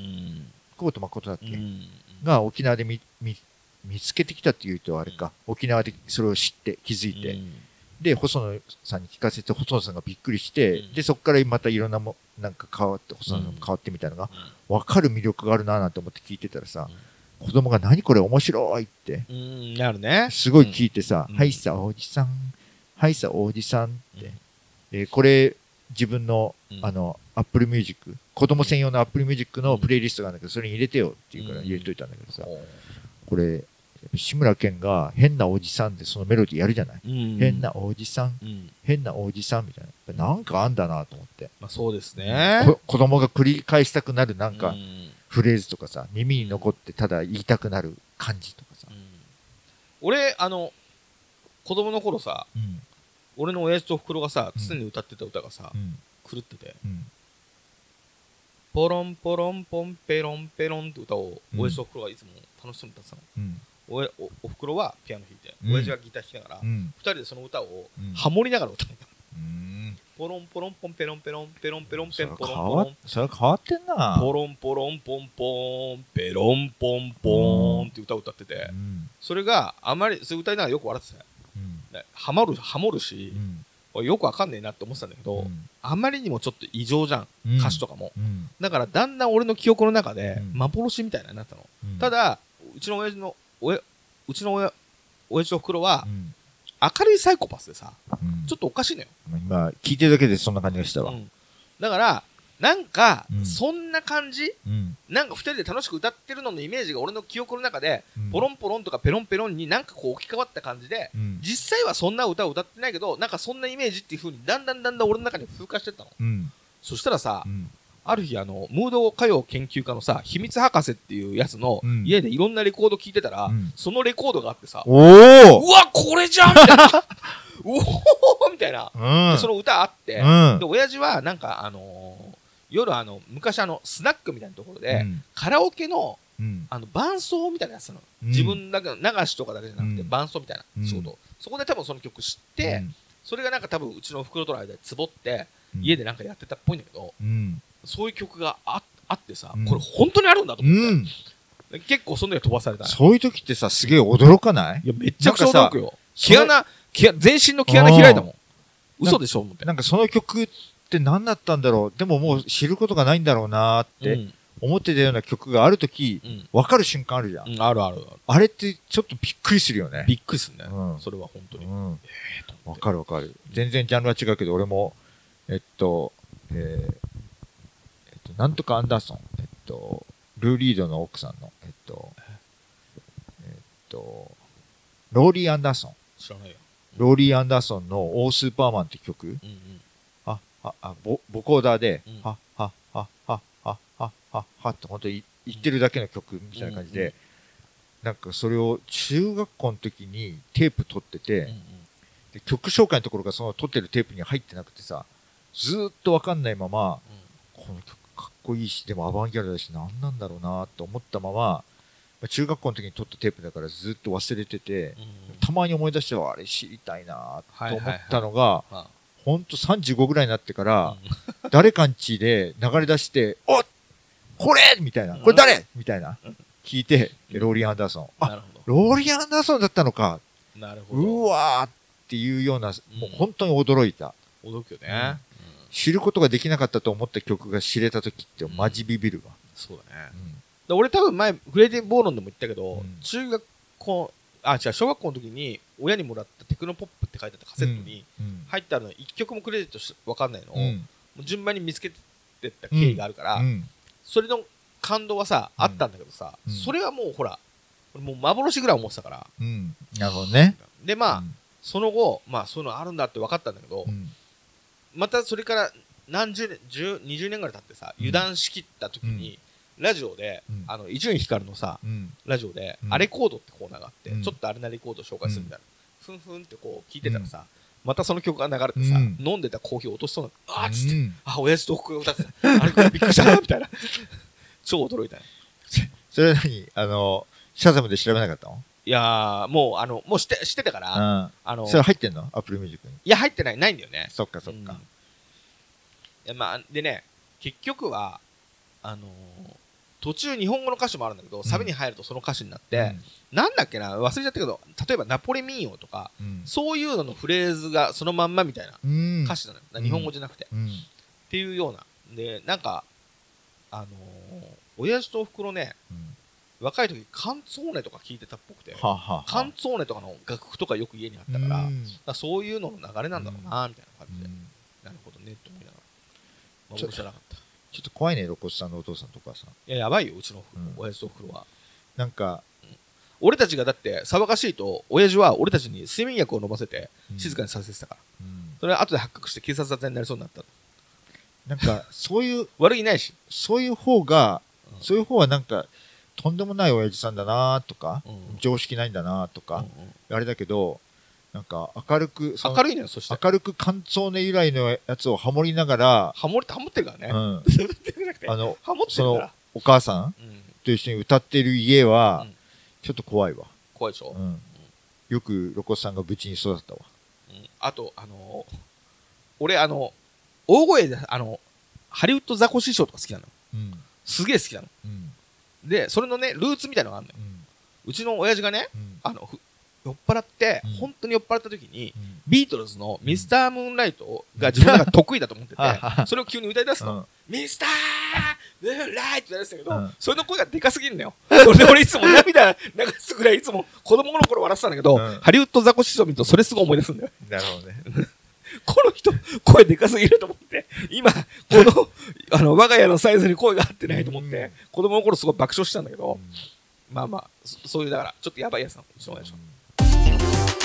Speaker 2: 久保田誠だっけ、うん、が沖縄で見、見、見つけてきたっていうとあれか、うん、沖縄でそれを知って気づいて、うん、で、細野さんに聞かせて、細野さんがびっくりして、うん、で、そこからまたいろんなも、なんか変わって、細野さんも変わってみたいなのが、分かる魅力があるなぁなんて思って聞いてたらさ、うん、子供が何これ面白いって、
Speaker 1: うん、なるね。
Speaker 2: すごい聞いてさ、うん、はいさ、おじさん、はいさ、おじさんって、うん、で、これ、自分の、うん、あの、アップルミュージック、子供専用のアップルミュージックのプレイリストがあるんだけど、それに入れてよって言うから入れといたんだけどさ、うん、これ、志村けんが変なおじさんでそのメロディーやるじゃない、うん、変なおじさん、うん、変なおじさんみたいな、なんかあんだなと思って、
Speaker 1: まあ、そうですね、
Speaker 2: こ子供が繰り返したくなるなんかフレーズとかさ、耳に残ってただ言いたくなる感じとかさ、うん、
Speaker 1: 俺あの子供の頃さ、うん、俺の親父とおふくろがさ常に歌ってた歌がさ、うん、狂ってて、うん、ポロンポロンポンペロンペロンって歌を親父とおふくろがいつも楽しそうに歌ってたの、うん、お, お, おふくろはピアノ弾いて、うん、親父がギター弾きながら、うん、ふたりでその歌をハモりながら歌った、うん、ポロンポロンポンペロンペロンペロンペロンペンポロンポロン、
Speaker 2: それ変わってんな、
Speaker 1: ポロンポロンポンポンペロンポンポンって歌を歌ってて、うん、それがあまりそれ歌いながらよく笑ってたよ、うん、ハモるハモるし、うん、よくわかんねえなって思ってたんだけど、うん、あまりにもちょっと異常じゃん、うん、歌詞とかも、うん、だからだんだん俺の記憶の中で幻みたいになったの、うん、ただうちの親父のおやうちの親親父とおふくろは、うん、明るいサイコパスでさ、うん、ちょっとおかしいのよ。
Speaker 2: 今聞いてるだけでそんな感じがしたわ、うん、
Speaker 1: だからなんか、うん、そんな感じ、うん、なんかふたりで楽しく歌ってるののイメージが俺の記憶の中で、うん、ポロンポロンとかペロンペロンになんかこう置き換わった感じで、うん、実際はそんな歌を歌ってないけどなんかそんなイメージっていう風にだんだんだんだん俺の中に風化してったの、うん、そしたらさ、うん、ある日あのムード歌謡研究家のさ秘密博士っていうやつの家でいろんなレコード聴いてたら、うん、そのレコードがあってさ、
Speaker 2: おー、
Speaker 1: うわこれじゃんみたいなうおーみたいな、うん、その歌あって、うん、で親父はなんかあのー、夜あの昔あのスナックみたいなところで、うん、カラオケの
Speaker 2: うん
Speaker 1: あの伴奏みたいなやつなの、
Speaker 2: うん
Speaker 1: 自分だけの流しとかだけじゃなくて、
Speaker 2: うん
Speaker 1: 伴奏みたいな仕事、
Speaker 2: うん
Speaker 1: そこで多分その曲知って、
Speaker 2: うん
Speaker 1: それがなんか多分うちの袋との間でつぼって、
Speaker 2: うん
Speaker 1: 家でなんかやってたっぽいんだけど、
Speaker 2: うん
Speaker 1: そういう曲が あ, あってさ、
Speaker 2: うん
Speaker 1: これ本当にあるんだと思って、
Speaker 2: うん
Speaker 1: 結構その時は飛ばされたね。
Speaker 2: そういう時ってさ、すげえ驚かない？
Speaker 1: いや、めっちゃくちゃ驚くよ。
Speaker 2: それ
Speaker 1: 毛穴、毛穴全身の毛穴開いたもん。嘘でしょ思って。
Speaker 2: なんかその曲って何だったんだろう、でももう知ることがないんだろうなーって
Speaker 1: うん
Speaker 2: 思ってたような曲がある時、
Speaker 1: うん
Speaker 2: 分かる瞬間あるじゃん。
Speaker 1: うん、あるあるある。
Speaker 2: あれってちょっとびっくりするよね。
Speaker 1: びっくりするね。
Speaker 2: うん
Speaker 1: それは本当に。
Speaker 2: うん。
Speaker 1: えーと思って
Speaker 2: わかるわかる。全然ジャンルは違うけど、俺も、えっと、えー、えっと、なんとかアンダーソン。えっと、ルー・リードの奥さんの、えっと、えっと、ローリー・アンダーソン。
Speaker 1: 知らないよ。
Speaker 2: ローリー・アンダーソンのオー・スーパーマンって曲。
Speaker 1: うんうん。
Speaker 2: あ、あ、あ、ボ、ボコーダーで、
Speaker 1: うん
Speaker 2: は、は、は、は、は、は、は、はって本当に言ってるだけの曲みたいな感じで、
Speaker 1: うんうん
Speaker 2: なんかそれを中学校の時にテープ取ってて、
Speaker 1: うんうん
Speaker 2: で曲紹介のところがその撮ってるテープに入ってなくてさ、ずーっとわかんないまま、この曲かっこいいし、でもアバンギャルドだし何なんだろうなと思ったまま、まあ中学校の時に撮ったテープだからずっと忘れてて、
Speaker 1: うんうん
Speaker 2: たまに思い出してはあれ知りたいなと思ったのが、
Speaker 1: まあ
Speaker 2: ほんとさんじゅうごぐらいになってから、
Speaker 1: うん
Speaker 2: 誰かんちで流れ出して、おこれみたいな、これ誰みたいな、聞いて、でローリー・アンダーソン。あ、
Speaker 1: なるほど。
Speaker 2: ローリー・アンダーソンだったのか。
Speaker 1: なるほど。
Speaker 2: うわーっていうような、もう本当に驚いた。
Speaker 1: 驚くよね。
Speaker 2: 知ることができなかったと思った曲が知れた時ってマジビビるわ。
Speaker 1: そうだね。
Speaker 2: うん
Speaker 1: で俺多分前、クリエイティブ暴論でも言ったけど、
Speaker 2: うん
Speaker 1: 中学校、あ、違う、小学校の時に親にもらったテクノポップって書いてあったカセットに
Speaker 2: うん
Speaker 1: 入ってあるのいっきょくもクレジットし分かんないのを、
Speaker 2: うん
Speaker 1: もう順番に見つけてった経緯があるから、
Speaker 2: うん
Speaker 1: それの感動はさ、
Speaker 2: うん
Speaker 1: あったんだけどさ、
Speaker 2: うん
Speaker 1: それはもうほら、俺もう幻ぐらい思ってたから。
Speaker 2: うんなるほどね。
Speaker 1: で、まあ、
Speaker 2: うん
Speaker 1: その後、まあそういうのあるんだって分かったんだけど、
Speaker 2: うん
Speaker 1: またそれから何十年、じゅう、にじゅうねんぐらい経ってさ、
Speaker 2: うん
Speaker 1: 油断しきった時に、ラジオで、
Speaker 2: うん
Speaker 1: あの、伊集院光のさ、
Speaker 2: うん
Speaker 1: ラジオで、
Speaker 2: うん
Speaker 1: アレコードってコーナーがあって、
Speaker 2: うん
Speaker 1: ちょっとあれなレコードを紹介するみたいな。ふんふんってこう聞いてたらさ、またその曲が流れてさ、
Speaker 2: うん
Speaker 1: 飲んでたコーヒーを落としそうなの。あーっつって、
Speaker 2: うん
Speaker 1: あ、親父と僕が歌ってた。あれこれびっくりしたな、みたいな。超驚いたね。
Speaker 2: それは何あの、シャザムで調べなかったの？
Speaker 1: いやー、もう、あの、もう知って、知ってたから、
Speaker 2: うん
Speaker 1: あの、
Speaker 2: それ入ってんの？アップルミュージックに。
Speaker 1: いや、入ってない、ないんだよね。
Speaker 2: そっかそっか。
Speaker 1: うんいやまあ、でね、結局は、あのー途中日本語の歌詞もあるんだけど、サビに入るとその歌詞になって、なんだっけな、忘れちゃったけど、例えばナポレミーヨとか、
Speaker 2: うん
Speaker 1: そういうののフレーズがそのまんまみたいな
Speaker 2: うん
Speaker 1: 歌詞なのよ。だから日本語じゃなくて。
Speaker 2: うん
Speaker 1: っていうような。で、なんか、あのー親父とおふくろね、
Speaker 2: うん
Speaker 1: 若い時、カンツォーネとか聞いてたっぽくて、
Speaker 2: はあはあはあ
Speaker 1: カンツォーネとかの楽譜とかよく家にあったから、だか
Speaker 2: うん
Speaker 1: らそういうのの流れなんだろうな、みたいな感じで。
Speaker 2: うん
Speaker 1: なるほどね、って思いながら。
Speaker 2: ちょ
Speaker 1: 面白かった。
Speaker 2: ちょっと怖いね、露骨さんのお父さんとかさ。
Speaker 1: いや、やばいよ、うちの、
Speaker 2: うん
Speaker 1: 親父とおふくろは。
Speaker 2: なんか、
Speaker 1: 俺たちがだって騒がしいと、親父は俺たちに睡眠薬を飲ませて
Speaker 2: うん
Speaker 1: 静かにさせてたから。
Speaker 2: うん
Speaker 1: それは後で発覚して警察沙汰になりそうになった。
Speaker 2: なんか、そういう、
Speaker 1: 悪気ないし。
Speaker 2: そういう方が、
Speaker 1: うん
Speaker 2: そういう方はなんか、とんでもない親父さんだなとか、
Speaker 1: うん
Speaker 2: 常識ないんだなとか、
Speaker 1: うん
Speaker 2: あれだけど、なんか明るく、その
Speaker 1: 明るいのよ、そして。
Speaker 2: 明るくカンツォーネ由来のやつをハモりながら、
Speaker 1: ハモって、ハモってるからね。
Speaker 2: うん、
Speaker 1: じゃなくて
Speaker 2: あの、
Speaker 1: ハモって
Speaker 2: その
Speaker 1: るから。
Speaker 2: お母さん
Speaker 1: うん
Speaker 2: と一緒に歌ってる家は
Speaker 1: うん、
Speaker 2: ちょっと怖いわ。
Speaker 1: 怖いでしょ。うん
Speaker 2: うん、よく露骨さんが無事に育ったわ。
Speaker 1: あと、あのー、俺、あの、大声で、あの、ハリウッドザコシショウとか好きなの。
Speaker 2: うん
Speaker 1: すげえ好きなの。
Speaker 2: うん
Speaker 1: で、それのね、ルーツみたいなのがあるのよ。
Speaker 2: うん
Speaker 1: うちの親父がね、
Speaker 2: うん
Speaker 1: あの、ふ酔っ払って
Speaker 2: うん、
Speaker 1: 本当に酔っ払った時に、
Speaker 2: うん
Speaker 1: ビートルズのミスタームーンライトが自分が得意だと思ってて
Speaker 2: うん、
Speaker 1: それを急に歌い出すの。
Speaker 2: うん
Speaker 1: ミスタームーンライトってやるんだけど、
Speaker 2: うん
Speaker 1: それの声がでかすぎるんだよ。それで俺いつも涙流すぐらいいつも子供の頃笑ってたんだけど、
Speaker 2: うん
Speaker 1: ハリウッドザコシショウ見るとそれすごい思い出すんだよ。
Speaker 2: なるほどね。
Speaker 1: この人、声でかすぎると思って、今、この、あの、我が家のサイズに声が合ってないと思って、
Speaker 2: うん
Speaker 1: 子供の頃すごい爆笑してたんだけど、まあまあ、そそういう、だから、ちょっとやばいやつなの、うちの親父は。